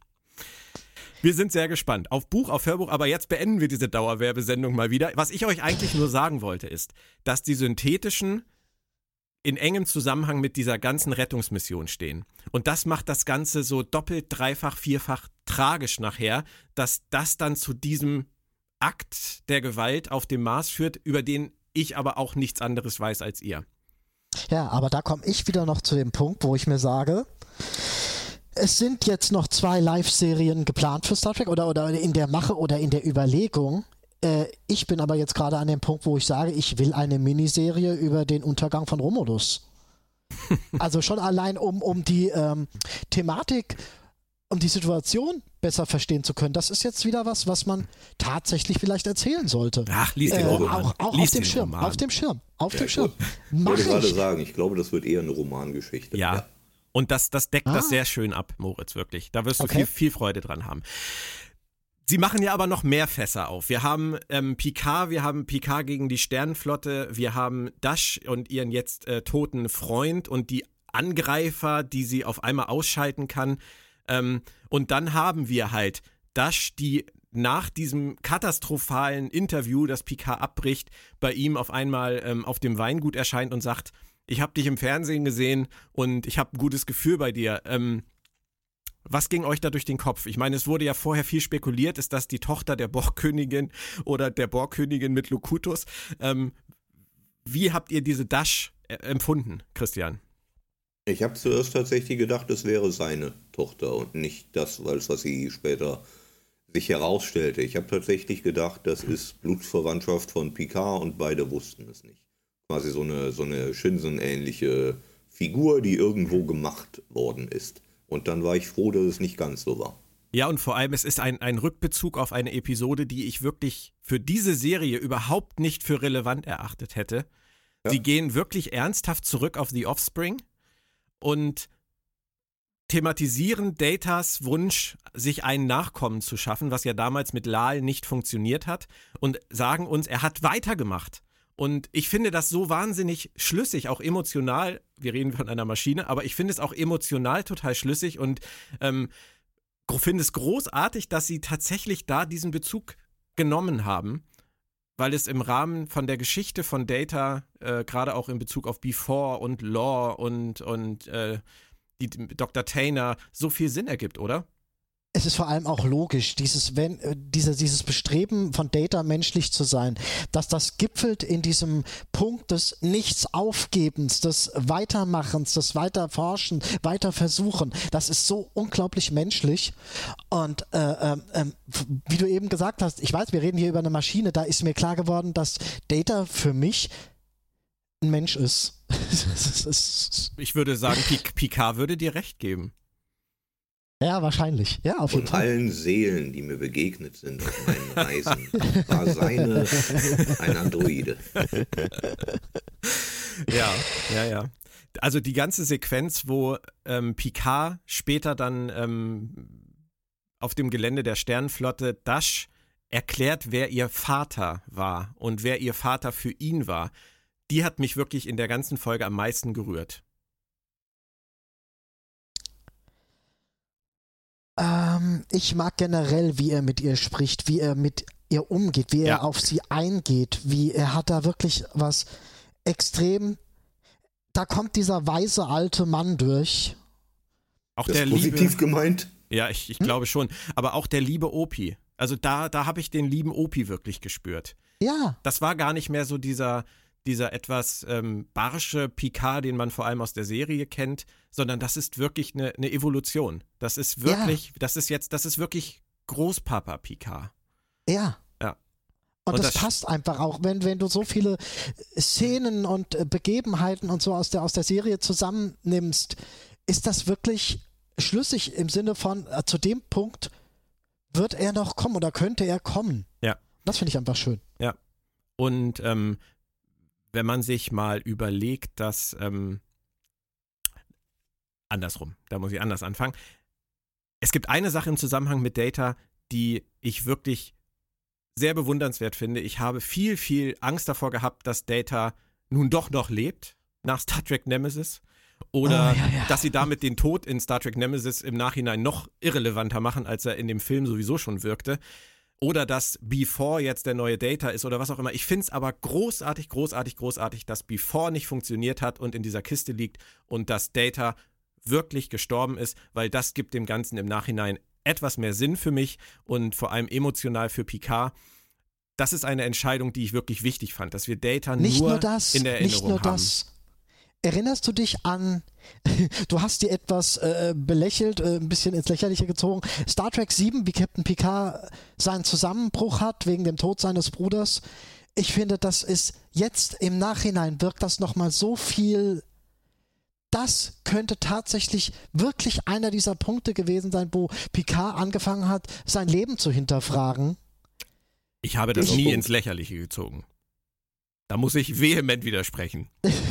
Wir sind sehr gespannt auf Buch, auf Hörbuch, aber jetzt beenden wir diese Dauerwerbesendung mal wieder. Was ich euch eigentlich nur sagen wollte, ist, dass die synthetischen in engem Zusammenhang mit dieser ganzen Rettungsmission stehen. Und das macht das Ganze so doppelt, dreifach, vierfach tragisch nachher, dass das dann zu diesem Akt der Gewalt auf dem Mars führt, über den ich aber auch nichts anderes weiß als ihr. Ja, aber da komme ich wieder noch zu dem Punkt, wo ich mir sage, es sind jetzt noch zwei Live-Serien geplant für Star Trek oder, oder in der Mache oder in der Überlegung. Äh, ich bin aber jetzt gerade an dem Punkt, wo ich sage, ich will eine Miniserie über den Untergang von Romulus. Also schon allein, um, um die ähm, Thematik, um die Situation besser verstehen zu können. Das ist jetzt wieder was, was man tatsächlich vielleicht erzählen sollte. Ach, lies den Äh, Roman. auch auch Lies auf dem den Schirm, Roman. auf dem Schirm, auf dem ich Schirm. wollte- Ich Mach wollte gerade ich. sagen, ich glaube, das wird eher eine Romangeschichte. Ja. Und das, das deckt Ah. das sehr schön ab, Moritz, wirklich. Da wirst du Okay. viel, viel Freude dran haben. Sie machen ja aber noch mehr Fässer auf. Wir haben ähm, Picard, wir haben Picard gegen die Sternenflotte, wir haben Dash und ihren jetzt äh, toten Freund und die Angreifer, die sie auf einmal ausschalten kann. Ähm, und dann haben wir halt Dash, die nach diesem katastrophalen Interview, das Picard abbricht, bei ihm auf einmal ähm, auf dem Weingut erscheint und sagt, ich habe dich im Fernsehen gesehen und ich habe ein gutes Gefühl bei dir. Ähm, was ging euch da durch den Kopf? Ich meine, es wurde ja vorher viel spekuliert, ist das die Tochter der Borgkönigin oder der Borgkönigin mit Locutus? Ähm, wie habt ihr diese Dash äh, empfunden, Christian? Ich habe zuerst tatsächlich gedacht, es wäre seine Tochter und nicht das, was sie später sich herausstellte. Ich habe tatsächlich gedacht, das ist Blutsverwandtschaft von Picard und beide wussten es nicht. Quasi so eine, so eine Shinsen-ähnliche Figur, die irgendwo gemacht worden ist. Und dann war ich froh, dass es nicht ganz so war. Ja, und vor allem, es ist ein, ein Rückbezug auf eine Episode, die ich wirklich für diese Serie überhaupt nicht für relevant erachtet hätte. Ja. Sie gehen wirklich ernsthaft zurück auf The Offspring und thematisieren Datas Wunsch, sich einen Nachkommen zu schaffen, was ja damals mit Lal nicht funktioniert hat, und sagen uns, er hat weitergemacht. Und ich finde das so wahnsinnig schlüssig, auch emotional. Wir reden von einer Maschine, aber ich finde es auch emotional total schlüssig und ähm, finde es großartig, dass sie tatsächlich da diesen Bezug genommen haben, weil es im Rahmen von der Geschichte von Data, äh, gerade auch in Bezug auf Before und Lore und, und äh, die, Doktor Tainer, so viel Sinn ergibt, oder? Es ist vor allem auch logisch, dieses, wenn, äh, diese, dieses Bestreben von Data menschlich zu sein, dass das gipfelt in diesem Punkt des Nichtsaufgebens, des Weitermachens, des Weiterforschen, Weiterversuchen. Das ist so unglaublich menschlich. Und äh, äh, äh, wie du eben gesagt hast, ich weiß, wir reden hier über eine Maschine, da ist mir klar geworden, dass Data für mich ein Mensch ist. Ich würde sagen, Picard würde dir recht geben. Ja, wahrscheinlich. Ja, auf jeden Von Fall. allen Seelen, die mir begegnet sind auf meinen Reisen, war seine ein Androide. Ja, ja, ja. Also die ganze Sequenz, wo ähm, Picard später dann ähm, auf dem Gelände der Sternenflotte Dash erklärt, wer ihr Vater war und wer ihr Vater für ihn war, die hat mich wirklich in der ganzen Folge am meisten gerührt. Ähm, ich mag generell, wie er mit ihr spricht, wie er mit ihr umgeht, wie Ja. er auf sie eingeht, wie er hat da wirklich was extrem, da kommt dieser weise alte Mann durch. Auch Das der ist positiv liebe, gemeint. ja, ich, ich Hm? glaube schon, aber auch der liebe Opi. Also da, da habe ich den lieben Opi wirklich gespürt. Ja, Das war gar nicht mehr so dieser, dieser etwas ähm, barsche Picard, den man vor allem aus der Serie kennt, sondern das ist wirklich eine, eine Evolution. Das ist wirklich, das ist jetzt, das ist wirklich Großpapa Picard. ja. Ja. Und, Und das, das- passt einfach auch, wenn, wenn du so viele Szenen und äh, Begebenheiten und so aus der, aus der Serie zusammennimmst, ist das wirklich schlüssig im Sinne von, äh, zu dem Punkt wird er noch kommen oder könnte er kommen. Ja. Das finde ich einfach schön. Und ähm, wenn man sich mal überlegt, dass, ähm, andersrum, da muss ich anders anfangen. Es gibt eine Sache im Zusammenhang mit Data, die ich wirklich sehr bewundernswert finde. Ich habe viel, viel Angst davor gehabt, dass Data nun doch noch lebt nach Star Trek Nemesis. Oder Oh, ja, ja. dass sie damit den Tod in Star Trek Nemesis im Nachhinein noch irrelevanter machen, als er in dem Film sowieso schon wirkte. Oder dass Before jetzt der neue Data ist oder was auch immer. Ich finde es aber großartig, großartig, großartig, dass Before nicht funktioniert hat und in dieser Kiste liegt und dass Data wirklich gestorben ist, weil das gibt dem Ganzen im Nachhinein etwas mehr Sinn für mich und vor allem emotional für Picard. Das ist eine Entscheidung, die ich wirklich wichtig fand, dass wir Data Nicht nur, nur das, in der Erinnerung nicht nur haben. das. Erinnerst du dich an, du hast die etwas äh, belächelt, äh, ein bisschen ins Lächerliche gezogen, Star Trek sieben, wie Captain Picard seinen Zusammenbruch hat wegen dem Tod seines Bruders. Ich finde, das ist jetzt im Nachhinein wirkt das nochmal so viel, das könnte tatsächlich wirklich einer dieser Punkte gewesen sein, wo Picard angefangen hat, sein Leben zu hinterfragen. Ich habe das Ich- nie ins Lächerliche gezogen. Da muss ich vehement widersprechen.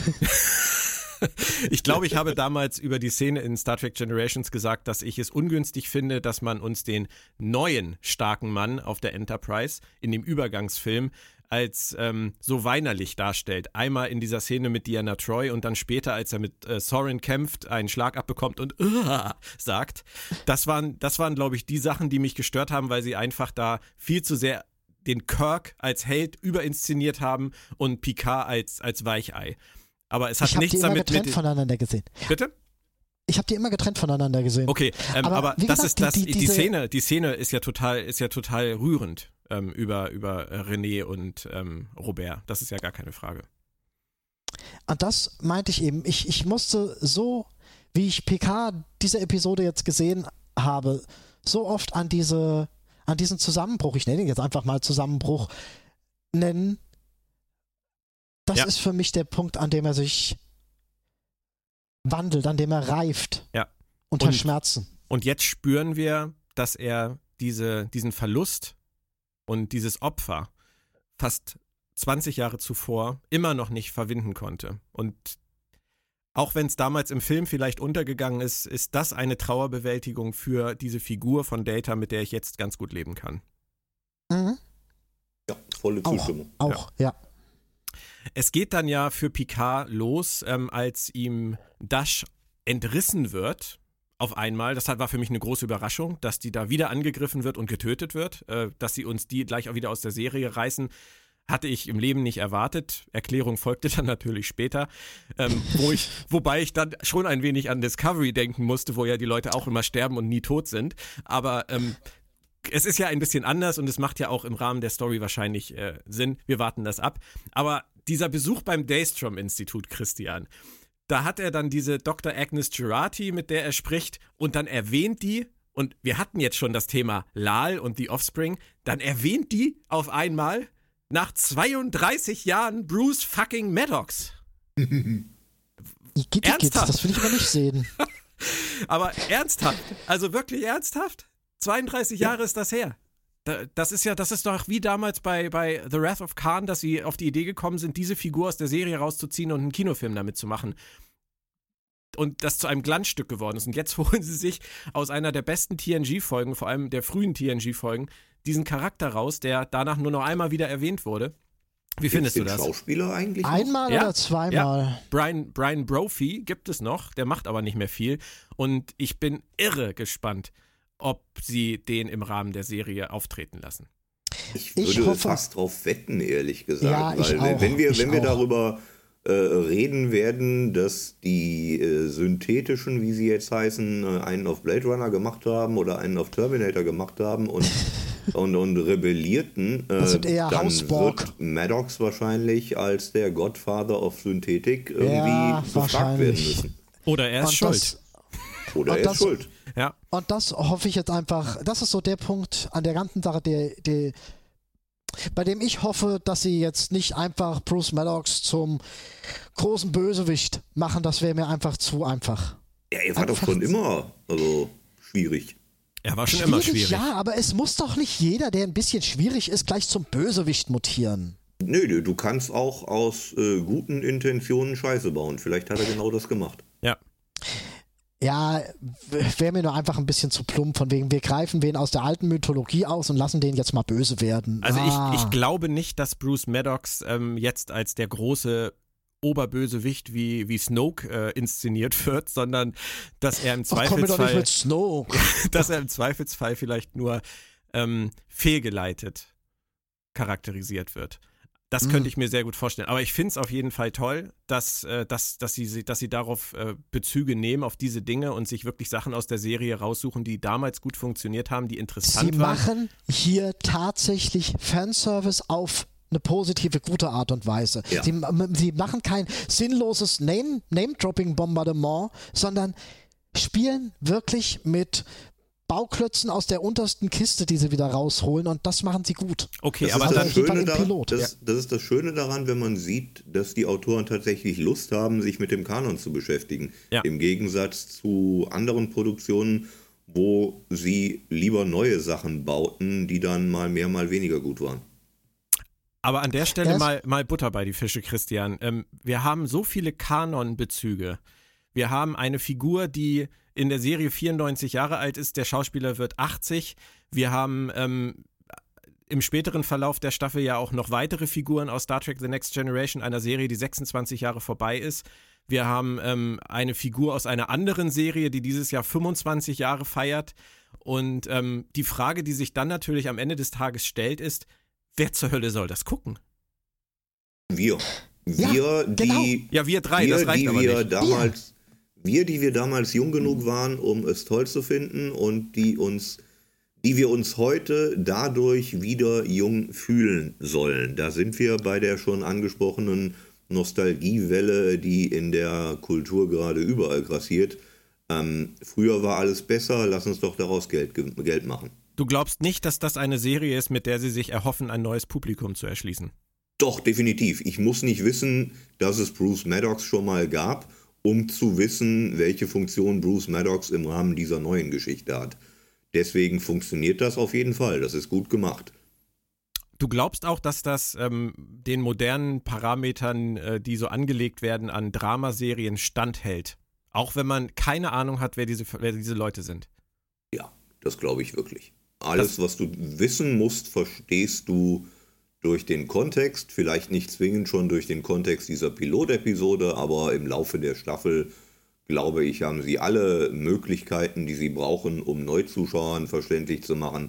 Ich glaube, ich habe damals über die Szene in Star Trek Generations gesagt, dass ich es ungünstig finde, dass man uns den neuen starken Mann auf der Enterprise in dem Übergangsfilm als ähm, so weinerlich darstellt. Einmal in dieser Szene mit Deanna Troi und dann später, als er mit äh, Sorin kämpft, einen Schlag abbekommt und uh, sagt. Das waren, das waren, glaube ich, die Sachen, die mich gestört haben, weil sie einfach da viel zu sehr den Kirk als Held überinszeniert haben und Picard als, als Weichei. Aber es hat Ich habe die nichts immer damit getrennt mit. voneinander gesehen. Bitte? Ich habe die immer getrennt voneinander gesehen. Okay, ähm, Aber aber, wie das gesagt, ist das. die- Die, die- diese- Szene, die Szene ist ja total, ist ja total rührend ähm, über über äh, René und ähm, Robert. Das ist ja gar keine Frage. Und das meinte ich eben. Ich, ich musste so, wie ich P K diese Episode jetzt gesehen habe, so oft an diese, an diesen Zusammenbruch, ich nenne ihn jetzt einfach mal Zusammenbruch, nennen. Das Ja. ist für mich der Punkt, an dem er sich wandelt, an dem er reift. Ja. Unter Und- Schmerzen. Und jetzt spüren wir, dass er diese, diesen Verlust und dieses Opfer fast zwanzig Jahre zuvor immer noch nicht verwinden konnte. Und auch wenn es damals im Film vielleicht untergegangen ist, ist das eine Trauerbewältigung für diese Figur von Data, mit der ich jetzt ganz gut leben kann. Mhm. Ja, volle Auch, Zustimmung. auch, ja. Es geht dann ja für Picard los, ähm, als ihm Dash entrissen wird, auf einmal. Das hat- war für mich eine große Überraschung, dass die da wieder angegriffen wird und getötet wird, äh, dass sie uns die gleich auch wieder aus der Serie reißen. Hatte ich im Leben nicht erwartet. Erklärung folgte dann natürlich später. Ähm, wo ich, wobei ich dann schon ein wenig an Discovery denken musste, wo ja die Leute auch immer sterben und nie tot sind. Aber ähm, es ist ja ein bisschen anders und es macht ja auch im Rahmen der Story wahrscheinlich äh, Sinn. Wir warten das ab. Aber dieser Besuch beim Daystrom-Institut, Christian, da hat er dann diese Doktor Agnes Jurati, mit der er spricht, und dann erwähnt die, und wir hatten jetzt schon das Thema Lal und The Offspring, dann erwähnt die auf einmal nach zweiunddreißig Jahren Bruce fucking Maddox. Igitt, Ernsthaft? das will ich aber nicht sehen. Aber ernsthaft, also wirklich ernsthaft? zweiunddreißig Jahre ist das her. Das ist ja, das ist doch wie damals bei, bei The Wrath of Khan, dass sie auf die Idee gekommen sind, diese Figur aus der Serie rauszuziehen und einen Kinofilm damit zu machen. Und das zu einem Glanzstück geworden ist. Und jetzt holen sie sich aus einer der besten T N G-Folgen, vor allem der frühen T N G-Folgen, diesen Charakter raus, der danach nur noch einmal wieder erwähnt wurde. Wie findest du das? Schauspieler eigentlich noch? Einmal Ja. oder zweimal? Ja. Brian, Brian Brophy gibt es noch, der macht aber nicht mehr viel. Und ich bin irre gespannt, ob sie den im Rahmen der Serie auftreten lassen. Ich Ich würde hoffe- fast drauf wetten, ehrlich gesagt. Ja, ich weil auch, wenn wir, ich wenn wir auch. darüber äh, reden werden, dass die äh, synthetischen, wie sie jetzt heißen, äh, einen auf Blade Runner gemacht haben oder einen auf Terminator gemacht haben und, und, und rebellierten, äh, Das sind eher dann Hausborg. wird Maddox wahrscheinlich als der Godfather of Synthetik irgendwie Ja, befragt werden wahrscheinlich. müssen. Oder er ist Und schuld. das, Oder Und er das- ist schuld. Ja. Und das hoffe ich jetzt einfach, das ist so der Punkt an der ganzen Sache, der, der, bei dem ich hoffe, dass sie jetzt nicht einfach Bruce Maddox zum großen Bösewicht machen, das wäre mir einfach zu einfach. Ja, er war doch Einfach- schon immer also schwierig. Er war schon immer schwierig. Ja, aber es muss doch nicht jeder, der ein bisschen schwierig ist, gleich zum Bösewicht mutieren. Nö, du- du kannst auch aus äh, guten Intentionen Scheiße bauen. Vielleicht hat er genau das gemacht. Ja. Ja, wäre mir nur einfach ein bisschen zu plump, von wegen, wir greifen wen aus der alten Mythologie aus und lassen den jetzt mal böse werden. Also ah. ich, ich glaube nicht, dass Bruce Maddox ähm, jetzt als der große Oberbösewicht wie, wie Snoke äh, inszeniert wird, sondern dass er im Ach, komm mir doch nicht Zweifelsfall, mit Snoke. dass er im Zweifelsfall vielleicht nur ähm, fehlgeleitet charakterisiert wird. Das Mhm. könnte ich mir sehr gut vorstellen. Aber ich finde es auf jeden Fall toll, dass, äh, dass, dass, sie, dass sie darauf äh, Bezüge nehmen, auf diese Dinge und sich wirklich Sachen aus der Serie raussuchen, die damals gut funktioniert haben, die interessant Sie waren. machen hier tatsächlich Fanservice auf eine positive, gute Art und Weise. Ja. Sie, sie machen kein sinnloses Name, Name-Dropping-Bombardement, sondern spielen wirklich mit Bauklötzen aus der untersten Kiste, die sie wieder rausholen, und das machen sie gut. Okay, Das aber ist dann- dann, auf jeden Fall Schöne im daran, Pilot. das, das ist das Schöne daran, wenn man sieht, dass die Autoren tatsächlich Lust haben, sich mit dem Kanon zu beschäftigen. Ja. Im Gegensatz zu anderen Produktionen, wo sie lieber neue Sachen bauten, die dann mal mehr, mal weniger gut waren. aber an der Stelle Ja, es- mal, mal Butter bei die Fische, Christian. Ähm, wir haben so viele Kanon-Bezüge. Wir haben eine Figur, die in der Serie vierundneunzig Jahre alt ist, der Schauspieler wird achtzig. Wir haben ähm, im späteren Verlauf der Staffel ja auch noch weitere Figuren aus Star Trek The Next Generation, einer Serie, die sechsundzwanzig Jahre vorbei ist. Wir haben ähm, eine Figur aus einer anderen Serie, die dieses Jahr fünfundzwanzig Jahre feiert. Und ähm, die Frage, die sich dann natürlich am Ende des Tages stellt, ist, wer zur Hölle soll das gucken? Wir. Ja, Wir, genau. die, Ja, wir drei, wir, das reicht die aber wir nicht. damals, wir, die wir damals jung genug waren, um es toll zu finden und die uns, die wir uns heute dadurch wieder jung fühlen sollen. Da sind wir bei der schon angesprochenen Nostalgiewelle, die in der Kultur gerade überall grassiert. Ähm, früher war alles besser, lass uns doch daraus Geld, ge- Geld machen. Du glaubst nicht, dass das eine Serie ist, mit der sie sich erhoffen, ein neues Publikum zu erschließen? Doch, definitiv. Ich muss nicht wissen, dass es Bruce Maddox schon mal gab, um zu wissen, welche Funktion Bruce Maddox im Rahmen dieser neuen Geschichte hat. Deswegen funktioniert das auf jeden Fall. Das ist gut gemacht. Du glaubst auch, dass das ähm, den modernen Parametern, äh, die so angelegt werden, an Dramaserien standhält? Auch wenn man keine Ahnung hat, wer diese, wer diese Leute sind? Ja, das glaube ich wirklich. Alles, was du wissen musst, verstehst du durch den Kontext. Vielleicht nicht zwingend schon durch den Kontext dieser Pilotepisode, aber im Laufe der Staffel, glaube ich, haben sie alle Möglichkeiten, die sie brauchen, um Neuzuschauern verständlich zu machen,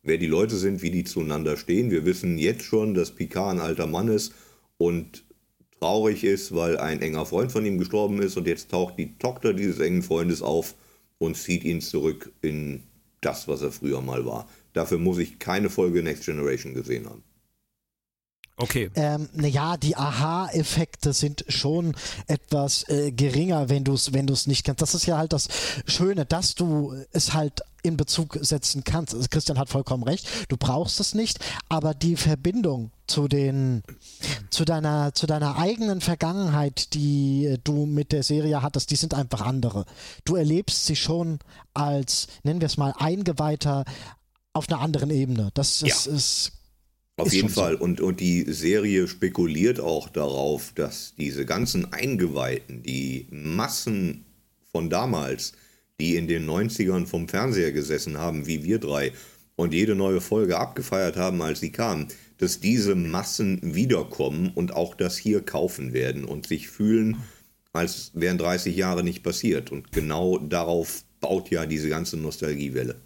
wer die Leute sind, wie die zueinander stehen. Wir wissen jetzt schon, dass Picard ein alter Mann ist und traurig ist, weil ein enger Freund von ihm gestorben ist und jetzt taucht die Tochter dieses engen Freundes auf und zieht ihn zurück in das, was er früher mal war. Dafür muss ich keine Folge Next Generation gesehen haben. Okay. Ähm, naja, die Aha-Effekte sind schon etwas äh, geringer, wenn du es wenn du's nicht kennst. Das ist ja halt das Schöne, dass du es halt in Bezug setzen kannst. Also Christian hat vollkommen recht, du brauchst es nicht, aber die Verbindung zu den zu deiner zu deiner eigenen Vergangenheit, die du mit der Serie hattest, die sind einfach andere. Du erlebst sie schon als, nennen wir es mal, Eingeweihter auf einer anderen Ebene. Das ist, Ja. ist Auf Ist jeden schon so. Fall. Und, und die Serie spekuliert auch darauf, dass diese ganzen Eingeweihten, die Massen von damals, die in den neunzigern vom Fernseher gesessen haben, wie wir drei, und jede neue Folge abgefeiert haben, als sie kam, dass diese Massen wiederkommen und auch das hier kaufen werden und sich fühlen, als wären dreißig Jahre nicht passiert. Und genau darauf baut ja diese ganze Nostalgiewelle.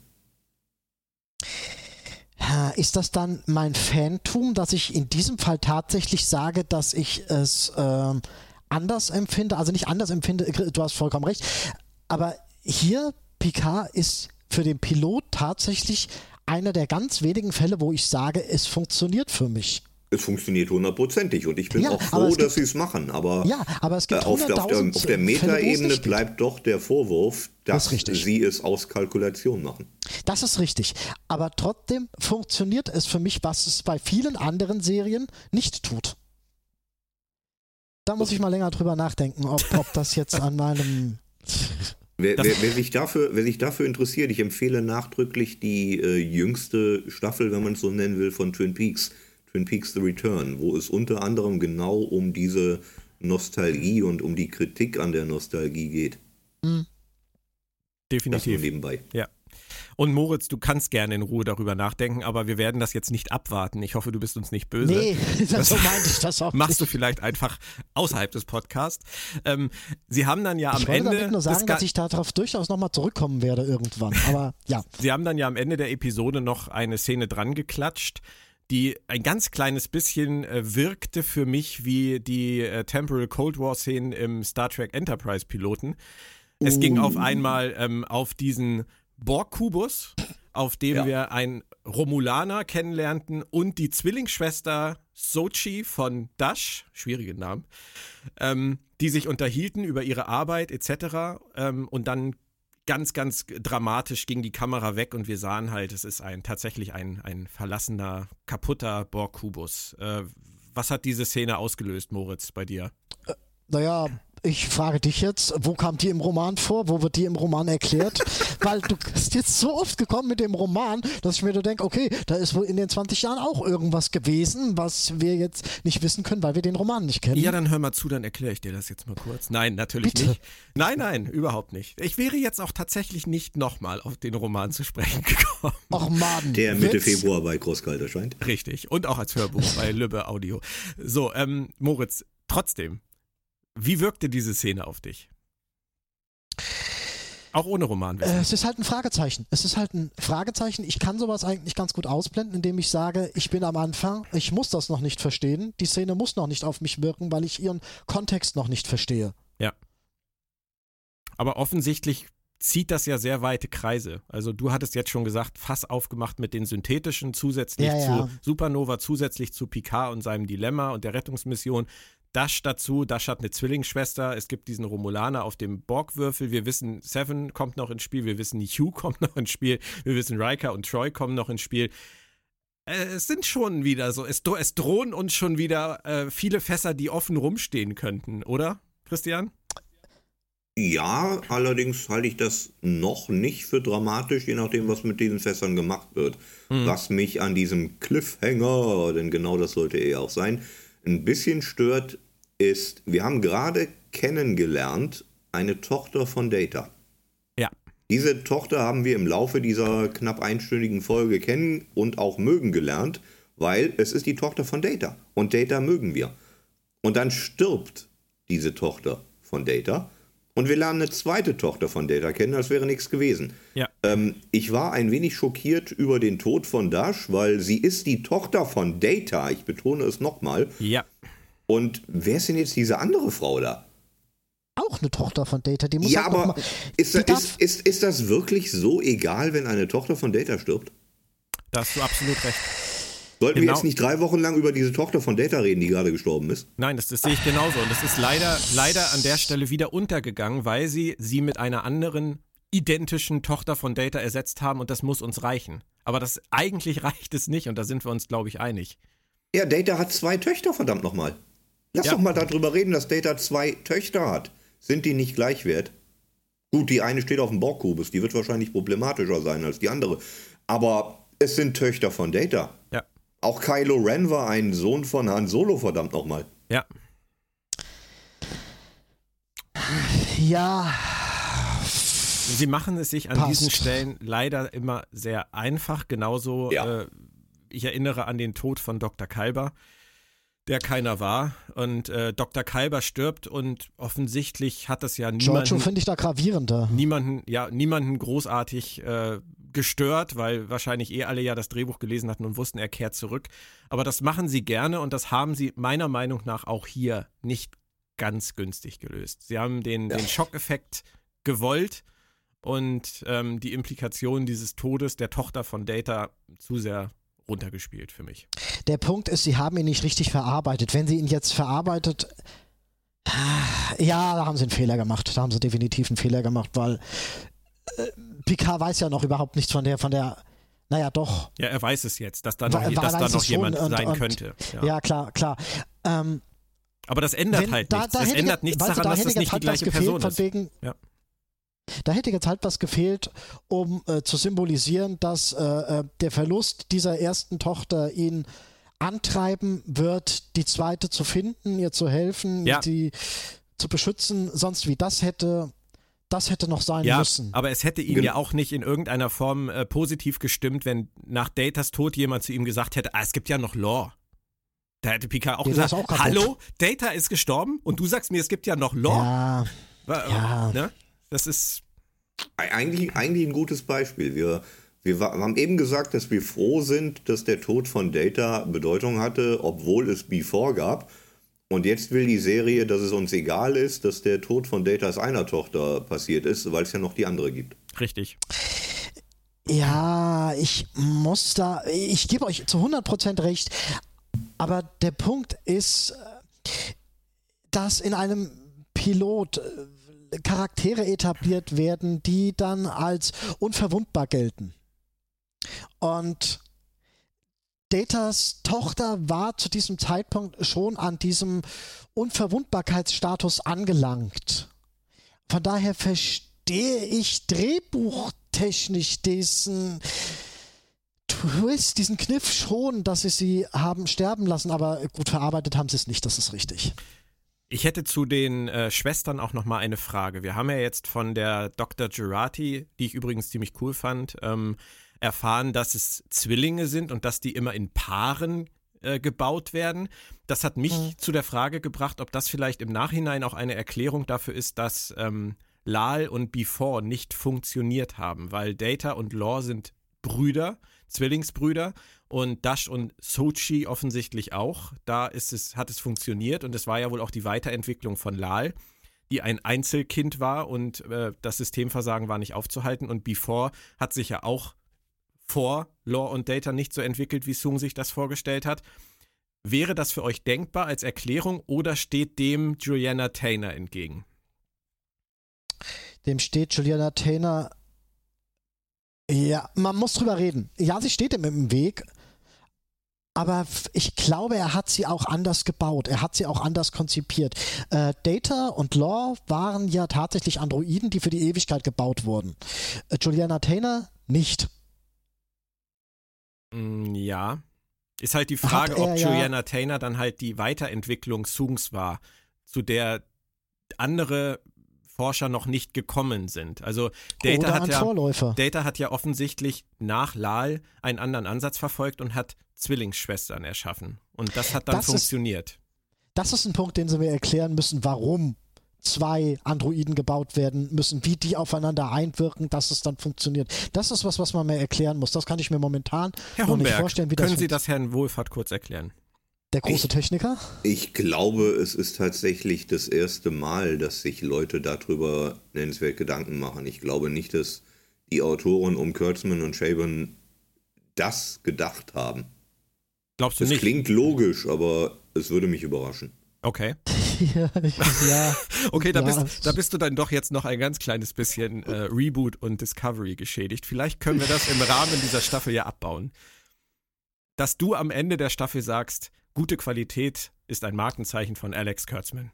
Ist das dann mein Fantum, dass ich in diesem Fall tatsächlich sage, dass ich es ähm, anders empfinde? Also nicht anders empfinde, du hast vollkommen recht, aber hier, Picard ist für den Pilot tatsächlich einer der ganz wenigen Fälle, wo ich sage, es funktioniert für mich. Es funktioniert hundertprozentig und ich bin Ja, auch aber froh, es dass gibt- sie es machen. Aber, Ja, aber es gibt äh, auf, der, auf, der, hunderttausend auf der Fälle, wo es Metaebene nicht geht. bleibt doch der Vorwurf, Das ist dass richtig. sie es aus Kalkulation machen. Das ist richtig. Aber trotzdem funktioniert es für mich, was es bei vielen anderen Serien nicht tut. Da muss ich mal länger drüber nachdenken, ob, ob das jetzt an meinem... Wer, Das- wer, wer, sich dafür, wer sich dafür interessiert, ich empfehle nachdrücklich die äh, jüngste Staffel, wenn man es so nennen will, von Twin Peaks, Twin Peaks The Return, wo es unter anderem genau um diese Nostalgie und um die Kritik an der Nostalgie geht. Das nur Definitiv. nebenbei. Ja. Und Moritz, du kannst gerne in Ruhe darüber nachdenken, aber wir werden das jetzt nicht abwarten. Ich hoffe, du bist uns nicht böse. Nee, das, so meinte ich das auch Machst nicht. du vielleicht einfach außerhalb des Podcasts. Ähm, Sie haben dann ja am Ich wollte Ende damit nur sagen, des Ga- dass ich darauf durchaus nochmal zurückkommen werde irgendwann. Aber ja. Sie haben dann ja am Ende der Episode noch eine Szene dran geklatscht, die ein ganz kleines bisschen äh, wirkte für mich wie die äh, Temporal Cold War Szenen im Star Trek Enterprise Piloten. Es Oh. ging auf einmal ähm, auf diesen Borg-Kubus, auf dem Ja. wir einen Romulaner kennenlernten und die Zwillingsschwester Sochi von Dash, schwierige Namen, ähm, die sich unterhielten über ihre Arbeit et cetera. Ähm, und dann ganz, ganz dramatisch ging die Kamera weg und wir sahen halt, es ist ein tatsächlich ein, ein verlassener, kaputter Borg-Kubus. Äh, was hat diese Szene ausgelöst, Moritz, bei dir? Naja, ich frage dich jetzt, wo kam die im Roman vor? Wo wird die im Roman erklärt? Weil du bist jetzt so oft gekommen mit dem Roman, dass ich mir da denke, okay, da ist wohl in den zwanzig Jahren auch irgendwas gewesen, was wir jetzt nicht wissen können, weil wir den Roman nicht kennen. Ja, dann hör mal zu, dann erkläre ich dir das jetzt mal kurz. Nein, natürlich Bitte. nicht. Nein, nein, überhaupt nicht. Ich wäre jetzt auch tatsächlich nicht nochmal auf den Roman zu sprechen gekommen. Ach Mann. Der Mitte Witz. Februar bei Großkalt erscheint. Richtig. Und auch als Hörbuch bei Lübbe Audio. So, ähm, Moritz, trotzdem, wie wirkte diese Szene auf dich? Auch ohne Romanwissen. Äh, es ist halt ein Fragezeichen. Es ist halt ein Fragezeichen. Ich kann sowas eigentlich ganz gut ausblenden, indem ich sage, ich bin am Anfang, ich muss das noch nicht verstehen. Die Szene muss noch nicht auf mich wirken, weil ich ihren Kontext noch nicht verstehe. Ja. Aber offensichtlich zieht das ja sehr weite Kreise. Also du hattest jetzt schon gesagt, Fass aufgemacht mit den synthetischen, zusätzlich Ja, ja. zu Supernova, zusätzlich zu Picard und seinem Dilemma und der Rettungsmission. Dash dazu, Dash hat eine Zwillingsschwester, es gibt diesen Romulaner auf dem Borgwürfel, wir wissen, Seven kommt noch ins Spiel, wir wissen, Hugh kommt noch ins Spiel, wir wissen, Riker und Troy kommen noch ins Spiel. Äh, es sind schon wieder so, es, dro- es drohen uns schon wieder äh, viele Fässer, die offen rumstehen könnten, oder, Christian? Ja, allerdings halte ich das noch nicht für dramatisch, je nachdem, was mit diesen Fässern gemacht wird. Was mich an diesem Cliffhanger, denn genau das sollte er ja auch sein, ein bisschen stört, ist, wir haben gerade kennengelernt eine Tochter von Data. Ja. Diese Tochter haben wir im Laufe dieser knapp einstündigen Folge kennen und auch mögen gelernt, weil es ist die Tochter von Data und Data mögen wir. Und dann stirbt diese Tochter von Data und wir lernen eine zweite Tochter von Data kennen, als wäre nichts gewesen. Ja. Ähm, ich war ein wenig schockiert über den Tod von Dash, weil sie ist die Tochter von Data, ich betone es nochmal. Ja. Und wer ist denn jetzt diese andere Frau da? Auch eine Tochter von Data, die muss Ja, halt noch aber mal, ist, die da, darf- ist, ist, ist das wirklich so egal, wenn eine Tochter von Data stirbt? Da hast du absolut recht. Sollten Genau. wir jetzt nicht drei Wochen lang über diese Tochter von Data reden, die gerade gestorben ist? Nein, das, das sehe ich genauso. Und das ist leider, leider an der Stelle wieder untergegangen, weil sie sie mit einer anderen identischen Tochter von Data ersetzt haben und das muss uns reichen. Aber das eigentlich reicht es nicht und da sind wir uns, glaube ich, einig. Ja, Data hat zwei Töchter, verdammt nochmal. Lass Ja. doch mal darüber reden, dass Data zwei Töchter hat. Sind die nicht gleichwert? Gut, die eine steht auf dem Borg-Kubus, die wird wahrscheinlich problematischer sein als die andere. Aber es sind Töchter von Data. Ja. Auch Kylo Ren war ein Sohn von Han Solo, verdammt nochmal. Ja. Ja, Sie machen es sich an Passt. diesen Stellen leider immer sehr einfach. Genauso, Ja. äh, ich erinnere an den Tod von Doktor Kalber, der keiner war. Und äh, Doktor Kalber stirbt und offensichtlich hat das ja Giorgio niemanden, finde ich da gravierender. niemanden, ja, niemanden großartig äh, gestört, weil wahrscheinlich eh alle ja das Drehbuch gelesen hatten und wussten, er kehrt zurück. Aber das machen sie gerne und das haben sie meiner Meinung nach auch hier nicht ganz günstig gelöst. Sie haben den, Ja. den Schockeffekt gewollt und ähm, die Implikationen dieses Todes der Tochter von Data zu sehr runtergespielt für mich. Der Punkt ist, sie haben ihn nicht richtig verarbeitet. Wenn sie ihn jetzt verarbeitet, ja, da haben sie einen Fehler gemacht. Da haben sie definitiv einen Fehler gemacht, weil äh, Picard weiß ja noch überhaupt nichts von der, von der, naja, doch. Ja, er weiß es jetzt, dass da Wa- noch, dass weiß da es noch schon jemand und- sein und- könnte. Ja. Ja, klar, klar. Ähm, Aber das ändert wenn- halt da- nichts. da Es hätte ändert jetzt- nichts weißt du, daran, da dass hätte das jetzt nicht die halt was gleiche gefehlt, Person von ist. wegen, Ja. Da hätte jetzt halt was gefehlt, um äh, zu symbolisieren, dass äh, äh, der Verlust dieser ersten Tochter ihn antreiben wird, die zweite zu finden, ihr zu helfen, Ja. sie zu beschützen, sonst wie das hätte, das hätte noch sein Ja, müssen. aber es hätte ihn Gen- ja auch nicht in irgendeiner Form äh, positiv gestimmt, wenn nach Datas Tod jemand zu ihm gesagt hätte, ah, es gibt ja noch Lore. Da hätte Picard auch Ja, der gesagt, ist auch kaputt. hallo, Data ist gestorben und du sagst mir, es gibt ja noch Lore. Ja, Wa- ja. Ne? Das ist, Eigentlich, eigentlich ein gutes Beispiel. Wir, wir wa- haben eben gesagt, dass wir froh sind, dass der Tod von Data Bedeutung hatte, obwohl es Before gab. Und jetzt will die Serie, dass es uns egal ist, dass der Tod von Datas einer Tochter passiert ist, weil es ja noch die andere gibt. richtig. Ja, ich muss da, ich gebe euch zu hundert Prozent recht, aber der Punkt ist, äh, dass in einem Pilot äh, Charaktere etabliert werden, die dann als unverwundbar gelten. Und Datas Tochter war zu diesem Zeitpunkt schon an diesem Unverwundbarkeitsstatus angelangt. Von daher verstehe ich drehbuchtechnisch diesen Twist, diesen Kniff schon, dass sie sie haben sterben lassen, aber gut verarbeitet haben sie es nicht, das ist richtig. Ich hätte zu den äh, Schwestern auch nochmal eine Frage. Wir haben ja jetzt von der Doktor Jurati, die ich übrigens ziemlich cool fand, ähm, erfahren, dass es Zwillinge sind und dass die immer in Paaren äh, gebaut werden. Das hat mich Mhm. zu der Frage gebracht, ob das vielleicht im Nachhinein auch eine Erklärung dafür ist, dass ähm, Lal und Before nicht funktioniert haben, weil Data und Lore sind Brüder, Zwillingsbrüder und Dash und Sochi offensichtlich auch. Da ist es, hat es funktioniert und es war ja wohl auch die Weiterentwicklung von Lal, die ein Einzelkind war und äh, das Systemversagen war nicht aufzuhalten und Before hat sich ja auch vor Lore und Data nicht so entwickelt, wie Sung sich das vorgestellt hat. Wäre das für euch denkbar als Erklärung oder steht dem Juliana Taylor entgegen? Dem steht Juliana Taylor. Ja, man muss drüber reden. Ja, sie steht ihm im Weg, aber f- ich glaube, er hat sie auch anders gebaut. Er hat sie auch anders konzipiert. Äh, Data und Lore waren ja tatsächlich Androiden, die für die Ewigkeit gebaut wurden. Äh, Juliana Taylor nicht. Mm, Ja. Ist halt die Frage, Hat er ob ja- Juliana Taylor dann halt die Weiterentwicklung Sungs war, zu der andere Forscher noch nicht gekommen sind. Also Data Oder hat ein ja Vorläufer. Data hat ja offensichtlich nach Lal einen anderen Ansatz verfolgt und hat Zwillingsschwestern erschaffen. Und das hat dann Das ist- funktioniert. Das ist ein Punkt, den sie mir erklären müssen, warum zwei Androiden gebaut werden müssen, wie die aufeinander einwirken, dass es dann funktioniert. Das ist was, was man mir erklären muss. Das kann ich mir momentan Herr noch nicht Homberg, vorstellen, wie das können Sie funktioniert. das Herrn Wohlfahrt kurz erklären? Der große Ich- Techniker? Ich glaube, es ist tatsächlich das erste Mal, dass sich Leute darüber nennenswert Gedanken machen. Ich glaube nicht, dass die Autoren um Kurtzman und Chabon das gedacht haben. Glaubst du Das nicht? klingt logisch, aber es würde mich überraschen. Okay. ja, ich, ja. Okay, da, Ja. bist, da bist du dann doch jetzt noch ein ganz kleines bisschen äh, Reboot und Discovery geschädigt. Vielleicht können wir das im Rahmen dieser Staffel ja abbauen. Dass du am Ende der Staffel sagst, gute Qualität ist ein Markenzeichen von Alex Kurtzman.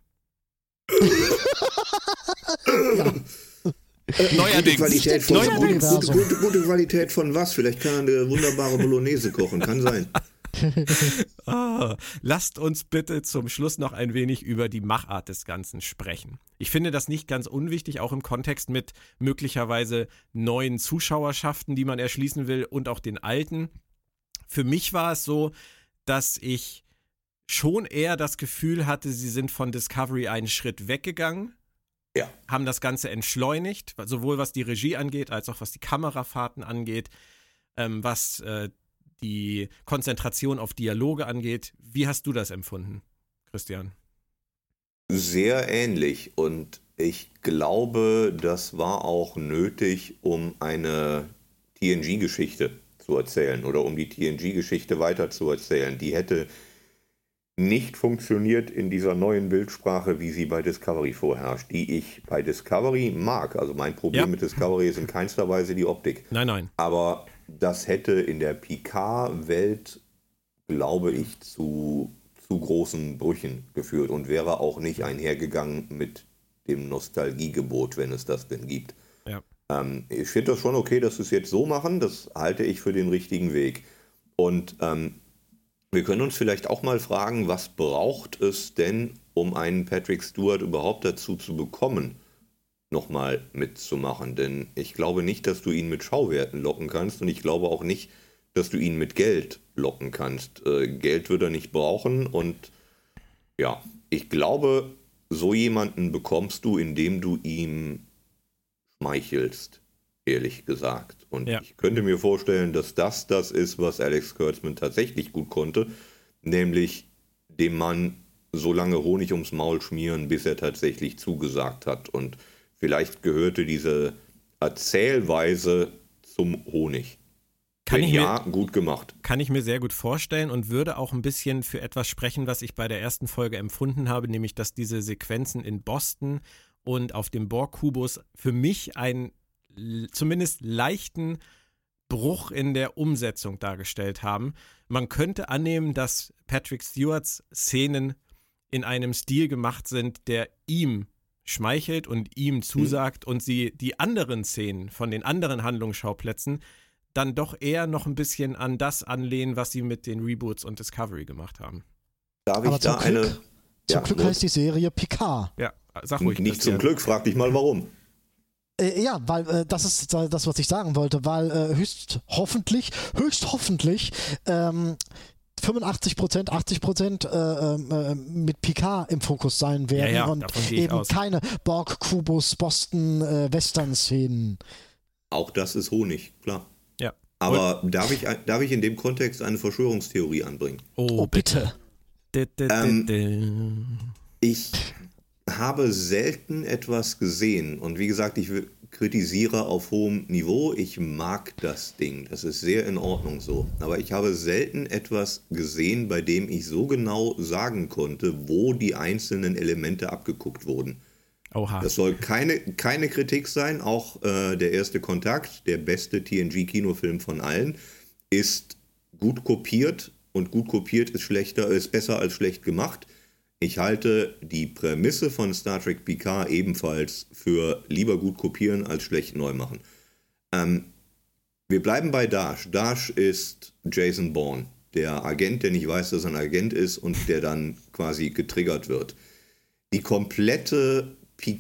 Neuerdings. Gute Qualität von, Neuerdings. gute, gute, gute, gute Qualität von was? Vielleicht kann er eine wunderbare Bolognese kochen, kann sein. Ah, lasst uns bitte zum Schluss noch ein wenig über die Machart des Ganzen sprechen. Ich finde das nicht ganz unwichtig, auch im Kontext mit möglicherweise neuen Zuschauerschaften, die man erschließen will und auch den alten. Für mich war es so, dass ich schon eher das Gefühl hatte, sie sind von Discovery einen Schritt weggegangen, Ja. haben das Ganze entschleunigt, sowohl was die Regie angeht, als auch was die Kamerafahrten angeht, ähm, was äh, die Konzentration auf Dialoge angeht. Wie hast du das empfunden, Christian? Sehr ähnlich und ich glaube, das war auch nötig, um eine T N G-Geschichte zu erzählen oder um die T N G-Geschichte weiterzuerzählen. Die hätte nicht funktioniert in dieser neuen Bildsprache, wie sie bei Discovery vorherrscht, die ich bei Discovery mag. Also mein Problem Ja. mit Discovery ist in keinster Weise die Optik. Nein, nein. Aber das hätte in der Picard-Welt, glaube ich, zu, zu großen Brüchen geführt und wäre auch nicht einhergegangen mit dem Nostalgiegebot, wenn es das denn gibt. Ja. Ähm, ich finde das schon okay, dass sie es jetzt so machen. Das halte ich für den richtigen Weg. Und ähm, wir können uns vielleicht auch mal fragen, was braucht es denn, um einen Patrick Stewart überhaupt dazu zu bekommen, nochmal mitzumachen? Denn ich glaube nicht, dass du ihn mit Schauwerten locken kannst und ich glaube auch nicht, dass du ihn mit Geld locken kannst. Äh, Geld wird er nicht brauchen und ja, ich glaube, so jemanden bekommst du, indem du ihm schmeichelst, ehrlich gesagt. Und Ja. ich könnte mir vorstellen, dass das das ist, was Alex Kurtzman tatsächlich gut konnte, nämlich dem Mann so lange Honig ums Maul schmieren, bis er tatsächlich zugesagt hat. Und vielleicht gehörte diese Erzählweise zum Honig. Kann Wenn ich, ja, mir, gut gemacht. kann ich mir sehr gut vorstellen und würde auch ein bisschen für etwas sprechen, was ich bei der ersten Folge empfunden habe, nämlich, dass diese Sequenzen in Boston und auf dem Borg-Kubus für mich einen l- zumindest leichten Bruch in der Umsetzung dargestellt haben. Man könnte annehmen, dass Patrick Stewarts Szenen in einem Stil gemacht sind, der ihm schmeichelt und ihm zusagt und sie die anderen Szenen von den anderen Handlungsschauplätzen dann doch eher noch ein bisschen an das anlehnen, was sie mit den Reboots und Discovery gemacht haben. Darf ich Aber da zum Glück, eine... zum Ja, Glück los. heißt die Serie Picard. Ja, sag ruhig. Nicht zum Christian. Glück, frag dich mal warum. Äh, ja, weil äh, das ist äh, das, was ich sagen wollte, weil äh, höchst hoffentlich, höchst hoffentlich ähm, fünfundachtzig Prozent, achtzig Prozent äh, äh, mit Picard im Fokus sein werden Ja, ja, und davon gehe ich eben aus. keine Borg, Kubus, Boston, äh, Western-Szenen. Auch das ist Honig, klar. Ja. Aber darf ich, darf ich in dem Kontext eine Verschwörungstheorie anbringen? Oh, bitte. D- d- d- Ähm, d- Ich habe selten etwas gesehen und wie gesagt, ich w- kritisiere auf hohem Niveau. Ich mag das Ding, das ist sehr in Ordnung so. Aber ich habe selten etwas gesehen, bei dem ich so genau sagen konnte, wo die einzelnen Elemente abgeguckt wurden. Oha. Das soll keine, keine Kritik sein, auch äh, der erste Kontakt, der beste T N G-Kinofilm von allen, ist gut kopiert und gut kopiert ist schlechter, ist besser als schlecht gemacht. Ich halte die Prämisse von Star Trek Picard ebenfalls für lieber gut kopieren als schlecht neu machen. Ähm, wir bleiben bei Dash. Dash ist Jason Bourne, der Agent, der nicht weiß, dass er ein Agent ist und der dann quasi getriggert wird. Die komplette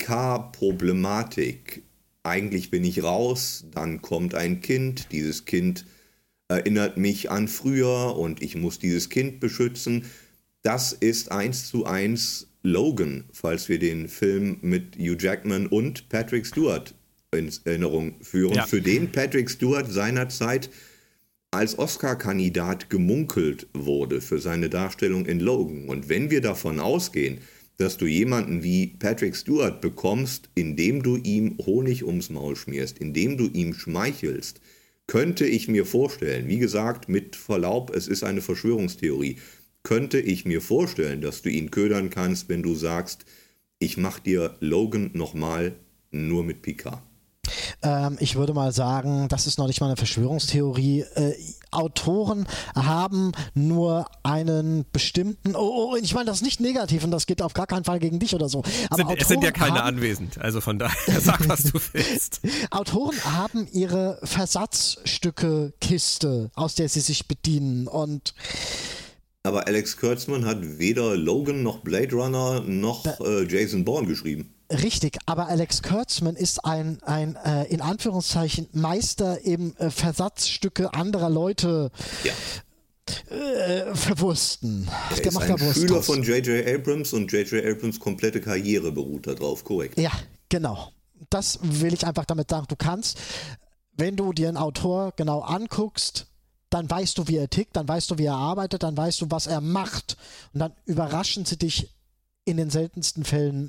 Picard-Problematik, eigentlich bin ich raus, dann kommt ein Kind, dieses Kind erinnert mich an früher und ich muss dieses Kind beschützen. Das ist eins zu eins Logan, falls wir den Film mit Hugh Jackman und Patrick Stewart in Erinnerung führen, ja. für den Patrick Stewart seinerzeit als Oscar-Kandidat gemunkelt wurde für seine Darstellung in Logan. Und wenn wir davon ausgehen, dass du jemanden wie Patrick Stewart bekommst, indem du ihm Honig ums Maul schmierst, indem du ihm schmeichelst, könnte ich mir vorstellen, wie gesagt, mit Verlaub, es ist eine Verschwörungstheorie, könnte ich mir vorstellen, dass du ihn ködern kannst, wenn du sagst, ich mach dir Logan nochmal nur mit Picard. Ähm, ich würde mal sagen, das ist noch nicht mal eine Verschwörungstheorie. Äh, Autoren haben nur einen bestimmten, oh, oh, ich meine das ist nicht negativ und das geht auf gar keinen Fall gegen dich oder so. Aber sind, es sind ja keine haben, anwesend, also von daher sag, was du willst. Autoren haben ihre Versatzstücke-Kiste, aus der sie sich bedienen und aber Alex Kurtzman hat weder Logan noch Blade Runner noch äh, Jason Bourne geschrieben. Richtig, aber Alex Kurtzman ist ein, ein äh, in Anführungszeichen Meister im äh, Versatzstücke anderer Leute ja. äh, verwursten. Er Der ist macht ein da Schüler von J J Abrams und J J Abrams komplette Karriere beruht darauf, korrekt. Ja, genau. Das will ich einfach damit sagen. Du kannst, wenn du dir einen Autor genau anguckst, dann weißt du, wie er tickt, dann weißt du, wie er arbeitet, dann weißt du, was er macht. Und dann überraschen sie dich in den seltensten Fällen.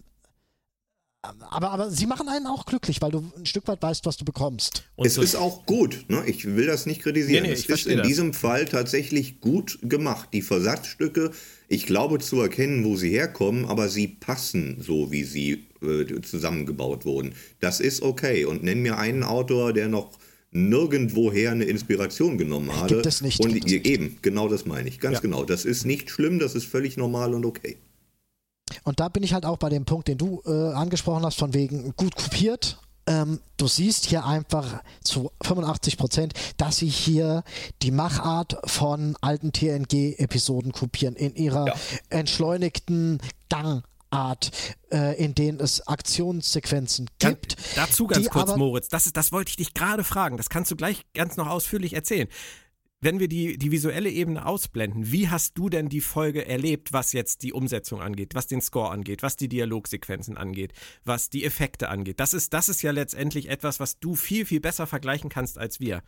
Aber, aber sie machen einen auch glücklich, weil du ein Stück weit weißt, was du bekommst. Und es so ist auch gut, ne? Ich will das nicht kritisieren. Nee, nee, es ist in das. diesem Fall tatsächlich gut gemacht. Die Versatzstücke, ich glaube zu erkennen, wo sie herkommen, aber sie passen so, wie sie äh, zusammengebaut wurden. Das ist okay. Und nenn mir einen Autor, der noch nirgendwoher eine Inspiration genommen habe. Gibt es nicht. Und gibt es nicht. Eben, genau das meine ich. Ganz ja. genau. Das ist nicht schlimm, das ist völlig normal und okay. Und da bin ich halt auch bei dem Punkt, den du äh, angesprochen hast, von wegen gut kopiert. Ähm, du siehst hier einfach zu fünfundachtzig Prozent, dass sie hier die Machart von alten T N G-Episoden kopieren, in ihrer ja. entschleunigten Gangart, äh, in denen es Aktionssequenzen gibt. Kann, dazu ganz kurz, aber, Moritz, das, ist, das wollte ich dich gerade fragen, das kannst du gleich ganz noch ausführlich erzählen. Wenn wir die, die visuelle Ebene ausblenden, wie hast du denn die Folge erlebt, was jetzt die Umsetzung angeht, was den Score angeht, was die Dialogsequenzen angeht, was die Effekte angeht? Das ist, das ist ja letztendlich etwas, was du viel, viel besser vergleichen kannst als wir.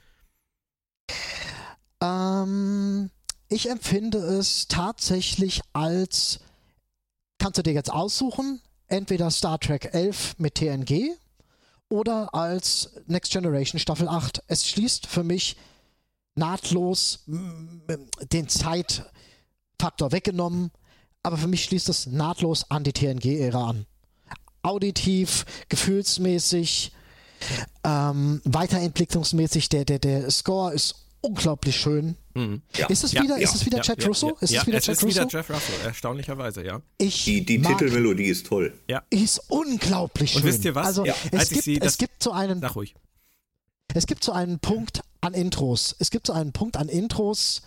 Ähm, ich empfinde es tatsächlich als, kannst du dir jetzt aussuchen, entweder Star Trek elf mit T N G oder als Next Generation Staffel acht. Es schließt für mich nahtlos den Zeitfaktor weggenommen, aber für mich schließt es nahtlos an die T N G-Ära an. Auditiv, gefühlsmäßig, ähm, weiterentwicklungsmäßig, der, der, der Score ist unglaublich schön. Mhm. Ja. Ist es wieder, ja, ist es wieder ja, Chad ja, Russo? Ja, ist ja, es wieder es Chad ist Russo? wieder Jeff Russo, erstaunlicherweise, ja. Ich die die Titelmelodie ist toll. Ja. Ist unglaublich schön. Und wisst ihr was? Also, ja. es, Als gibt, ich sie, es gibt so einen... Sag ruhig. Es gibt so einen Punkt an Intros. Es gibt so einen Punkt an Intros.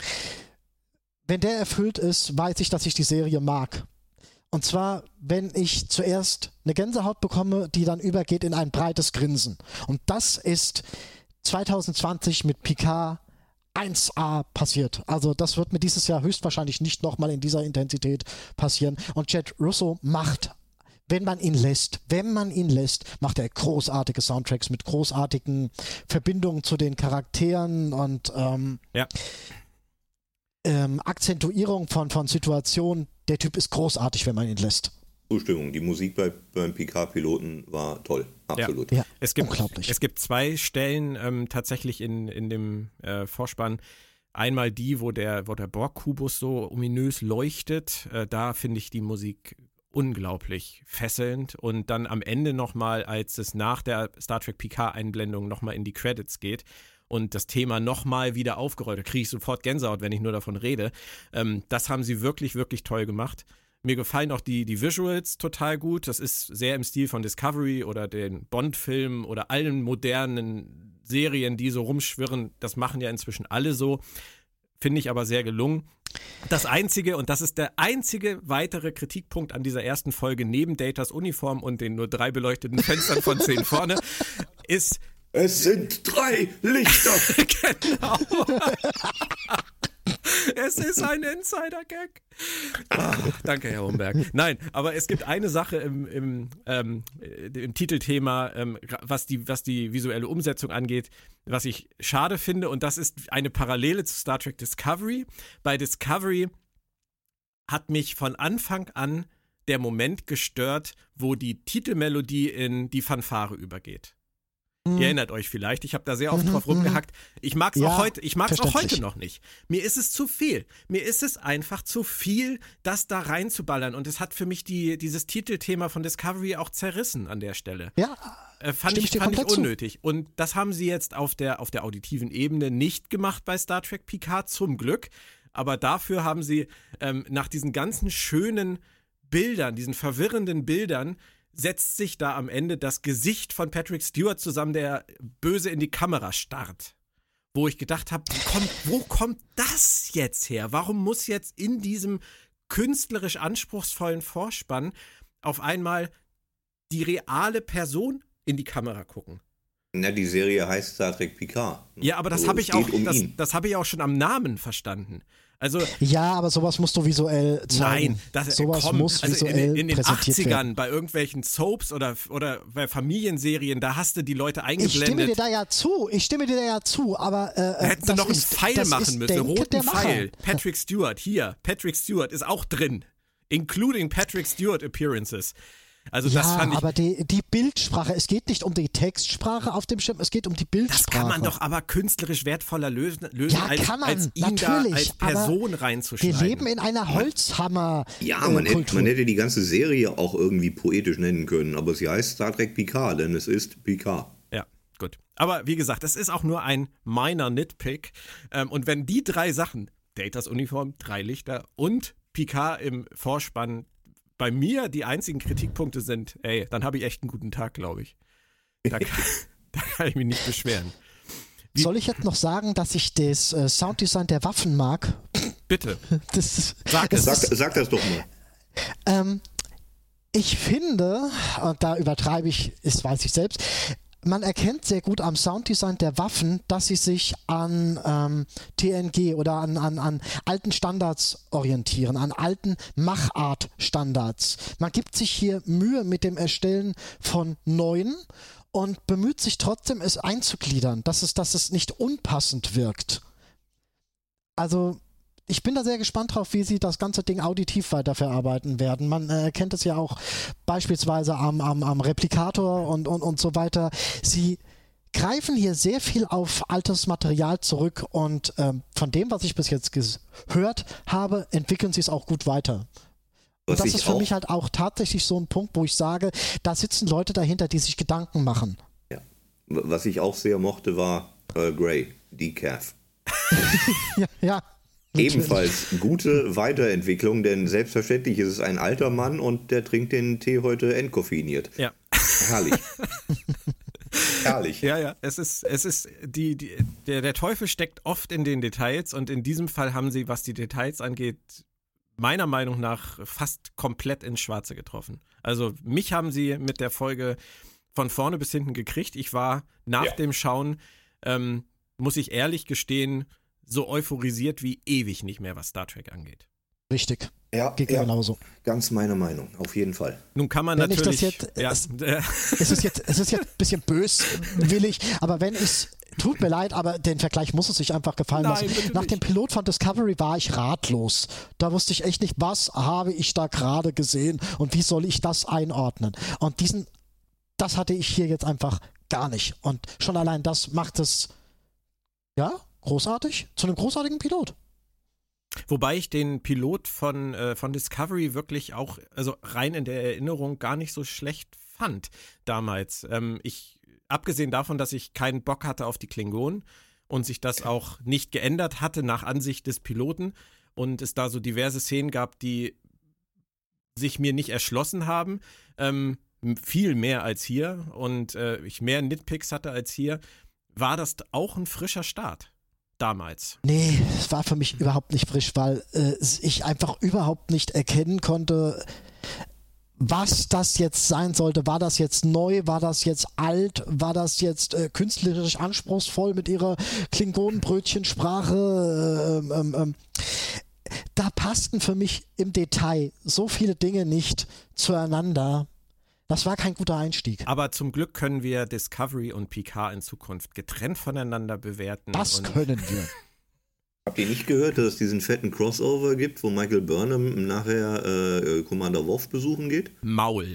Wenn der erfüllt ist, weiß ich, dass ich die Serie mag. Und zwar, wenn ich zuerst eine Gänsehaut bekomme, die dann übergeht in ein breites Grinsen. Und das ist zwanzig zwanzig mit Picard eins A passiert. Also das wird mir dieses Jahr höchstwahrscheinlich nicht nochmal in dieser Intensität passieren. Und Chad Russo macht, wenn man ihn lässt, wenn man ihn lässt, macht er großartige Soundtracks mit großartigen Verbindungen zu den Charakteren und ähm, ja. ähm, Akzentuierung von, von Situationen. Der Typ ist großartig, wenn man ihn lässt. Zustimmung. Die Musik bei, beim Picard-Piloten war toll. Absolut. Ja, es gibt, unglaublich. Es gibt zwei Stellen ähm, tatsächlich in, in dem äh, Vorspann. Einmal die, wo der, wo der Borg-Kubus so ominös leuchtet. Äh, da finde ich die Musik unglaublich fesselnd. Und dann am Ende nochmal, als es nach der Star Trek Picard-Einblendung nochmal in die Credits geht und das Thema nochmal wieder aufgerollt, da kriege ich sofort Gänsehaut, wenn ich nur davon rede. Ähm, das haben sie wirklich, wirklich toll gemacht. Mir gefallen auch die, die Visuals total gut. Das ist sehr im Stil von Discovery oder den Bond-Filmen oder allen modernen Serien, die so rumschwirren. Das machen ja inzwischen alle so. Finde ich aber sehr gelungen. Das einzige, und das ist der einzige weitere Kritikpunkt an dieser ersten Folge, neben Datas Uniform und den nur drei beleuchteten Fenstern von zehn vorne, ist... Es sind drei Lichter. Genau. Es ist ein Insider-Gag. Oh, danke, Herr Homberg. Nein, aber es gibt eine Sache im, im, ähm, im Titelthema, ähm, was, die, was die visuelle Umsetzung angeht, was ich schade finde. Und das ist eine Parallele zu Star Trek Discovery. Bei Discovery hat mich von Anfang an der Moment gestört, wo die Titelmelodie in die Fanfare übergeht. Ihr erinnert euch vielleicht, ich habe da sehr oft drauf rumgehackt. Ich mag es Ja, auch heute, ich mag's auch verständlich. heute noch nicht. Mir ist es zu viel. Mir ist es einfach zu viel, das da reinzuballern. Und es hat für mich die, dieses Titelthema von Discovery auch zerrissen an der Stelle. Ja, Äh, fand stimme ich, ich dir fand ich komplett zu. unnötig. Und das haben sie jetzt auf der, auf der auditiven Ebene nicht gemacht bei Star Trek Picard, zum Glück. Aber dafür haben sie ähm, nach diesen ganzen schönen Bildern, diesen verwirrenden Bildern, setzt sich da am Ende das Gesicht von Patrick Stewart zusammen, der böse in die Kamera starrt. Wo ich gedacht habe, kommt, wo kommt das jetzt her? Warum muss jetzt in diesem künstlerisch anspruchsvollen Vorspann auf einmal die reale Person in die Kamera gucken? Na, die Serie heißt Star Trek Picard. Ja, aber das Also, habe es ich auch, geht um das, ihn. das habe ich auch schon am Namen verstanden. Also Ja, aber sowas musst du visuell zeigen. nein, das sowas komm, muss also visuell in, in den präsentiert achtzigern werden. bei irgendwelchen Soaps oder, oder bei Familienserien, da hast du die Leute Ich stimme dir eingeblendet. da ja zu, ich stimme dir da ja zu, aber äh, Da hätten sie das noch einen ist, Pfeil das machen ist müssen, Denke roten der Macher. Pfeil. Patrick Stewart, hier, Patrick Stewart ist auch drin. Including Patrick Stewart Appearances. Also Ja, das fand ich, aber die, die Bildsprache, es geht nicht um die Textsprache auf dem Schirm, es geht um die Bildsprache. das kann man doch aber künstlerisch wertvoller lösen, lösen Ja, als, kann man, als ihn da natürlich, als aber Person Wir reinzuschneiden. leben in einer Holzhammer. Ja, äh, man, hätte, Kultur. man hätte die ganze Serie auch irgendwie poetisch nennen können, aber sie heißt Star Trek Picard, denn es ist Picard. Ja, gut. Aber wie gesagt, das ist auch nur ein minor Nitpick. Ähm, und wenn die drei Sachen, Datas Uniform, drei Lichter und Picard im Vorspann, bei mir die einzigen Kritikpunkte sind, ey, dann habe ich echt einen guten Tag, glaube ich. Da kann, da kann ich mich nicht beschweren. Wie- Soll ich jetzt noch sagen, dass ich das äh, Sounddesign der Waffen mag? Bitte, Das ist, sag es. Sag, sag das doch mal. Ähm, ich finde, und da übertreibe ich, das weiß ich selbst, man erkennt sehr gut am Sounddesign der Waffen, dass sie sich an ähm, T N G oder an, an, an alten Standards orientieren, an alten Machart-Standards. Man gibt sich hier Mühe mit dem Erstellen von neuen und bemüht sich trotzdem, es einzugliedern, dass es, dass es nicht unpassend wirkt. Also ich bin da sehr gespannt drauf, wie sie das ganze Ding auditiv weiterverarbeiten werden. Man äh, erkennt es ja auch beispielsweise am, am, am Replikator und, und, und so weiter. Sie greifen hier sehr viel auf altes Material zurück und ähm, von dem, was ich bis jetzt gehört habe, entwickeln sie es auch gut weiter. Und Was das ich ist für auch- mich halt auch tatsächlich so ein Punkt, wo ich sage, da sitzen Leute dahinter, die sich Gedanken machen. Ja. Was ich auch sehr mochte, war Earl Grey, Decaf. Ja, ja. natürlich. Ebenfalls gute Weiterentwicklung, denn selbstverständlich ist es ein alter Mann und der trinkt den Tee heute entkoffeiniert. Ja. Herrlich. Herrlich. Ja, ja, es ist, es ist, die, die, der, der Teufel steckt oft in den Details und in diesem Fall haben sie, was die Details angeht, meiner Meinung nach fast komplett ins Schwarze getroffen. Also mich haben sie mit der Folge von vorne bis hinten gekriegt. Ich war nach Ja. dem Schauen, ähm, muss ich ehrlich gestehen, so euphorisiert wie ewig nicht mehr, was Star Trek angeht. Richtig. Ja, Geht mir ja, genauso. ganz meine Meinung, auf jeden Fall. Nun kann man Wenn ich das natürlich... jetzt- ja, es- äh, Es ist jetzt, es ist jetzt ein bisschen böswillig, aber wenn ich, tut mir leid, aber den Vergleich muss es sich einfach gefallen Nein, lassen. bitte Nach nicht. dem Pilot von Discovery war ich ratlos. Da wusste ich echt nicht, was habe ich da gerade gesehen und wie soll ich das einordnen. Und diesen, das hatte ich hier jetzt einfach gar nicht. Und schon allein das macht es, ja, großartig, zu einem großartigen Pilot. Wobei ich den Pilot von, äh, von Discovery wirklich auch, also rein in der Erinnerung, gar nicht so schlecht fand damals. Ähm, ich, abgesehen davon, dass ich keinen Bock hatte auf die Klingonen und sich das auch nicht geändert hatte nach Ansicht des Piloten und es da so diverse Szenen gab, die sich mir nicht erschlossen haben, ähm, viel mehr als hier und äh, ich mehr Nitpicks hatte als hier, war das auch ein frischer Start damals. Nee, es war für mich überhaupt nicht frisch, weil äh, ich einfach überhaupt nicht erkennen konnte, was das jetzt sein sollte. War das jetzt neu? War das jetzt alt? War das jetzt äh, künstlerisch anspruchsvoll mit ihrer Klingonenbrötchensprache? Ähm, ähm, ähm. Da passten für mich im Detail so viele Dinge nicht zueinander. Das war kein guter Einstieg. Aber zum Glück können wir Discovery und Picard in Zukunft getrennt voneinander bewerten. Das und können wir. Habt ihr nicht gehört, dass es diesen fetten Crossover gibt, wo Michael Burnham nachher äh, Commander Worf besuchen geht? Maul.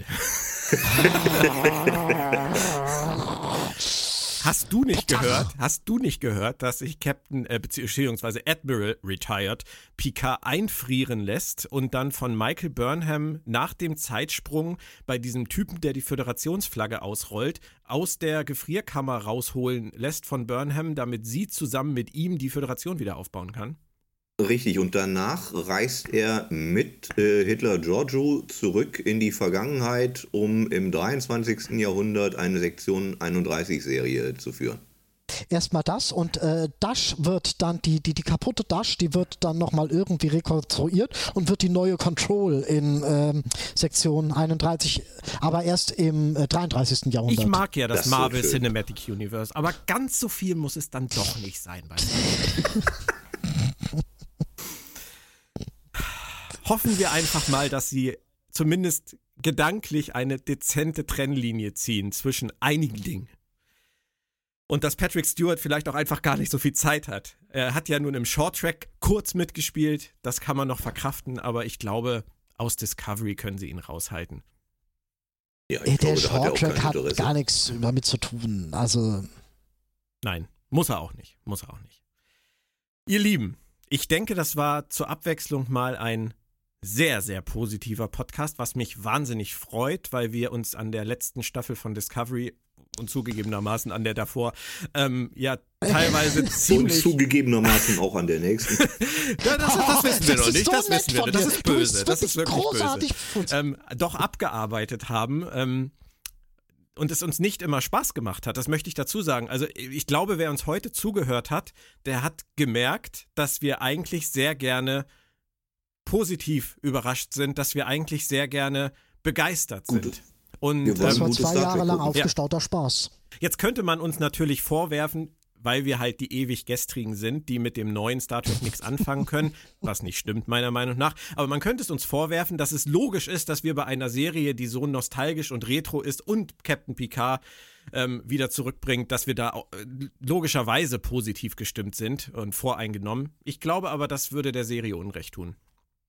Hast du nicht gehört, hast du nicht gehört, dass sich Captain, äh, beziehungsweise Admiral Retired Picard einfrieren lässt und dann von Michael Burnham nach dem Zeitsprung bei diesem Typen, der die Föderationsflagge ausrollt, aus der Gefrierkammer rausholen lässt von Burnham, damit sie zusammen mit ihm die Föderation wieder aufbauen kann? Richtig, und danach reist er mit äh, Hitler Giorgio zurück in die Vergangenheit, um im dreiundzwanzigsten Jahrhundert eine Sektion einunddreißig-Serie zu führen. Erstmal das und äh, Dash wird dann, die, die, die kaputte Dash, die wird dann nochmal irgendwie rekonstruiert und wird die neue Control in ähm, Sektion einunddreißig, aber erst im äh, dreiunddreißigsten Jahrhundert. Ich mag ja das, das Marvel so Cinematic Universe, aber ganz so viel muss es dann doch nicht sein. Bei Hoffen wir einfach mal, dass sie zumindest gedanklich eine dezente Trennlinie ziehen zwischen einigen Dingen. Und dass Patrick Stewart vielleicht auch einfach gar nicht so viel Zeit hat. Er hat ja nun im Short-Track kurz mitgespielt, das kann man noch verkraften, aber ich glaube, aus Discovery können sie ihn raushalten. Ja, ich Der glaube, da Short-Track hat, hat gar nichts damit zu tun. Also Nein, muss er auch nicht. Muss er auch nicht. Ihr Lieben, ich denke, das war zur Abwechslung mal ein sehr, sehr positiver Podcast, was mich wahnsinnig freut, weil wir uns an der letzten Staffel von Discovery und zugegebenermaßen an der davor ähm, ja teilweise ziemlich... Und zugegebenermaßen auch an der nächsten. Ja, das, das wissen wir das noch nicht, so das wissen wir von nicht. Das dir. ist böse, Du bist das ist wirklich großartig. böse. Ähm, doch abgearbeitet haben ähm, und es uns nicht immer Spaß gemacht hat, das möchte ich dazu sagen. Also ich glaube, wer uns heute zugehört hat, der hat gemerkt, dass wir eigentlich sehr gerne positiv überrascht sind, dass wir eigentlich sehr gerne begeistert sind. Gut. Und Wir wollen das war gutes zwei Star Jahre Trek lang gucken. aufgestauter Spaß. jetzt könnte man uns natürlich vorwerfen, weil wir halt die ewig Gestrigen sind, die mit dem neuen Star Trek nichts anfangen können, was nicht stimmt meiner Meinung nach, aber man könnte es uns vorwerfen, dass es logisch ist, dass wir bei einer Serie, die so nostalgisch und retro ist und Captain Picard ähm, wieder zurückbringt, dass wir da auch, äh, logischerweise positiv gestimmt sind und voreingenommen. Ich glaube aber, das würde der Serie Unrecht tun.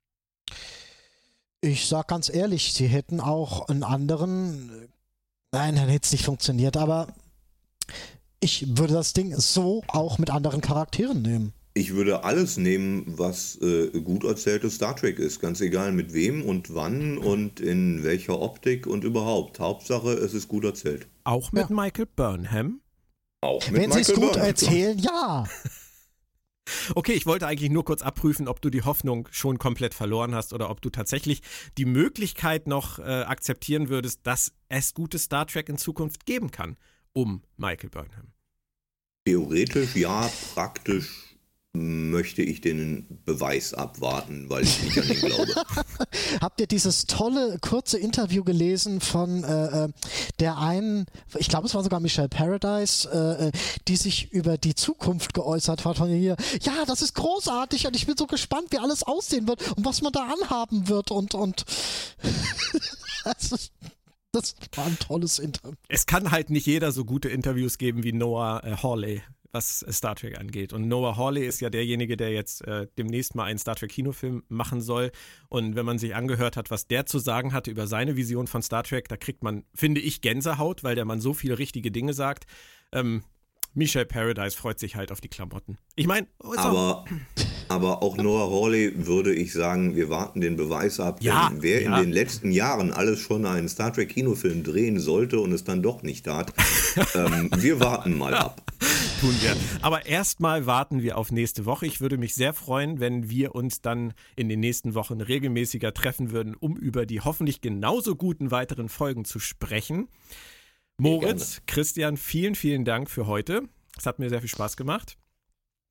Ich sag ganz ehrlich, sie hätten auch einen anderen, nein, dann hätte es nicht funktioniert, aber ich würde das Ding so auch mit anderen Charakteren nehmen. Ich würde alles nehmen, was äh, gut erzähltes Star Trek ist. Ganz egal mit wem und wann und in welcher Optik und überhaupt. Hauptsache, es ist gut erzählt. Auch mit Ja. Michael Burnham? Auch mit Wenn sie es Michael gut Burnham. erzählen, ja. Okay, ich wollte eigentlich nur kurz abprüfen, ob du die Hoffnung schon komplett verloren hast oder ob du tatsächlich die Möglichkeit noch äh, akzeptieren würdest, dass es gutes Star Trek in Zukunft geben kann, um Michael Burnham. Theoretisch ja, praktisch möchte ich den Beweis abwarten, weil ich nicht an ihn glaube. Habt ihr dieses tolle, kurze Interview gelesen von äh, äh, der einen, ich glaube es war sogar Michelle Paradise, äh, äh, die sich über die Zukunft geäußert hat von hier, ja, das ist großartig und ich bin so gespannt, wie alles aussehen wird und was man da anhaben wird und, und das, ist, das war ein tolles Interview. Es kann halt nicht jeder so gute Interviews geben wie Noah äh, Hawley, was Star Trek angeht. Und Noah Hawley ist ja derjenige, der jetzt äh, demnächst mal einen Star Trek Kinofilm machen soll. Und wenn man sich angehört hat, was der zu sagen hatte über seine Vision von Star Trek, da kriegt man, finde ich, Gänsehaut, weil der Mann so viele richtige Dinge sagt. Ähm, Michelle Paradise freut sich halt auf die Klamotten. Ich meine, Aber, aber auch Noah Hawley würde ich sagen, wir warten den Beweis ab. Ja, Denn wer ja. in den letzten Jahren alles schon einen Star Trek Kinofilm drehen sollte und es dann doch nicht tat, ähm, wir warten mal ab. Tun wir. Aber erstmal warten wir auf nächste Woche. Ich würde mich sehr freuen, wenn wir uns dann in den nächsten Wochen regelmäßiger treffen würden, um über die hoffentlich genauso guten weiteren Folgen zu sprechen. Moritz, Christian, vielen, vielen Dank für heute. Es hat mir sehr viel Spaß gemacht.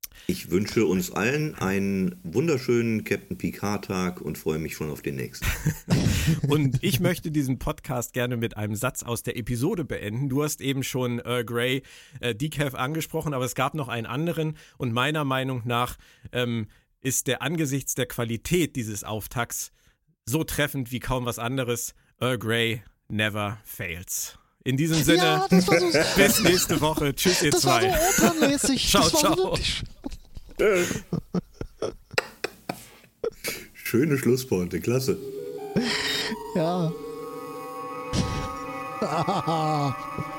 Ich wünsche uns allen einen wunderschönen Captain Picard-Tag und freue mich schon auf den nächsten. Und ich möchte diesen Podcast gerne mit einem Satz aus der Episode beenden. Du hast eben schon Earl Grey äh, Decaf angesprochen, aber es gab noch einen anderen. Und meiner Meinung nach ähm, ist der angesichts der Qualität dieses Auftakts so treffend wie kaum was anderes. Earl Grey never fails. In diesem Sinne, ja, das war so, bis nächste Woche. Tschüss, ihr das zwei. Das war so opernmäßig. Ciao, das war ciao. Wirklich... Schöne Schlusspointe, klasse. Ja.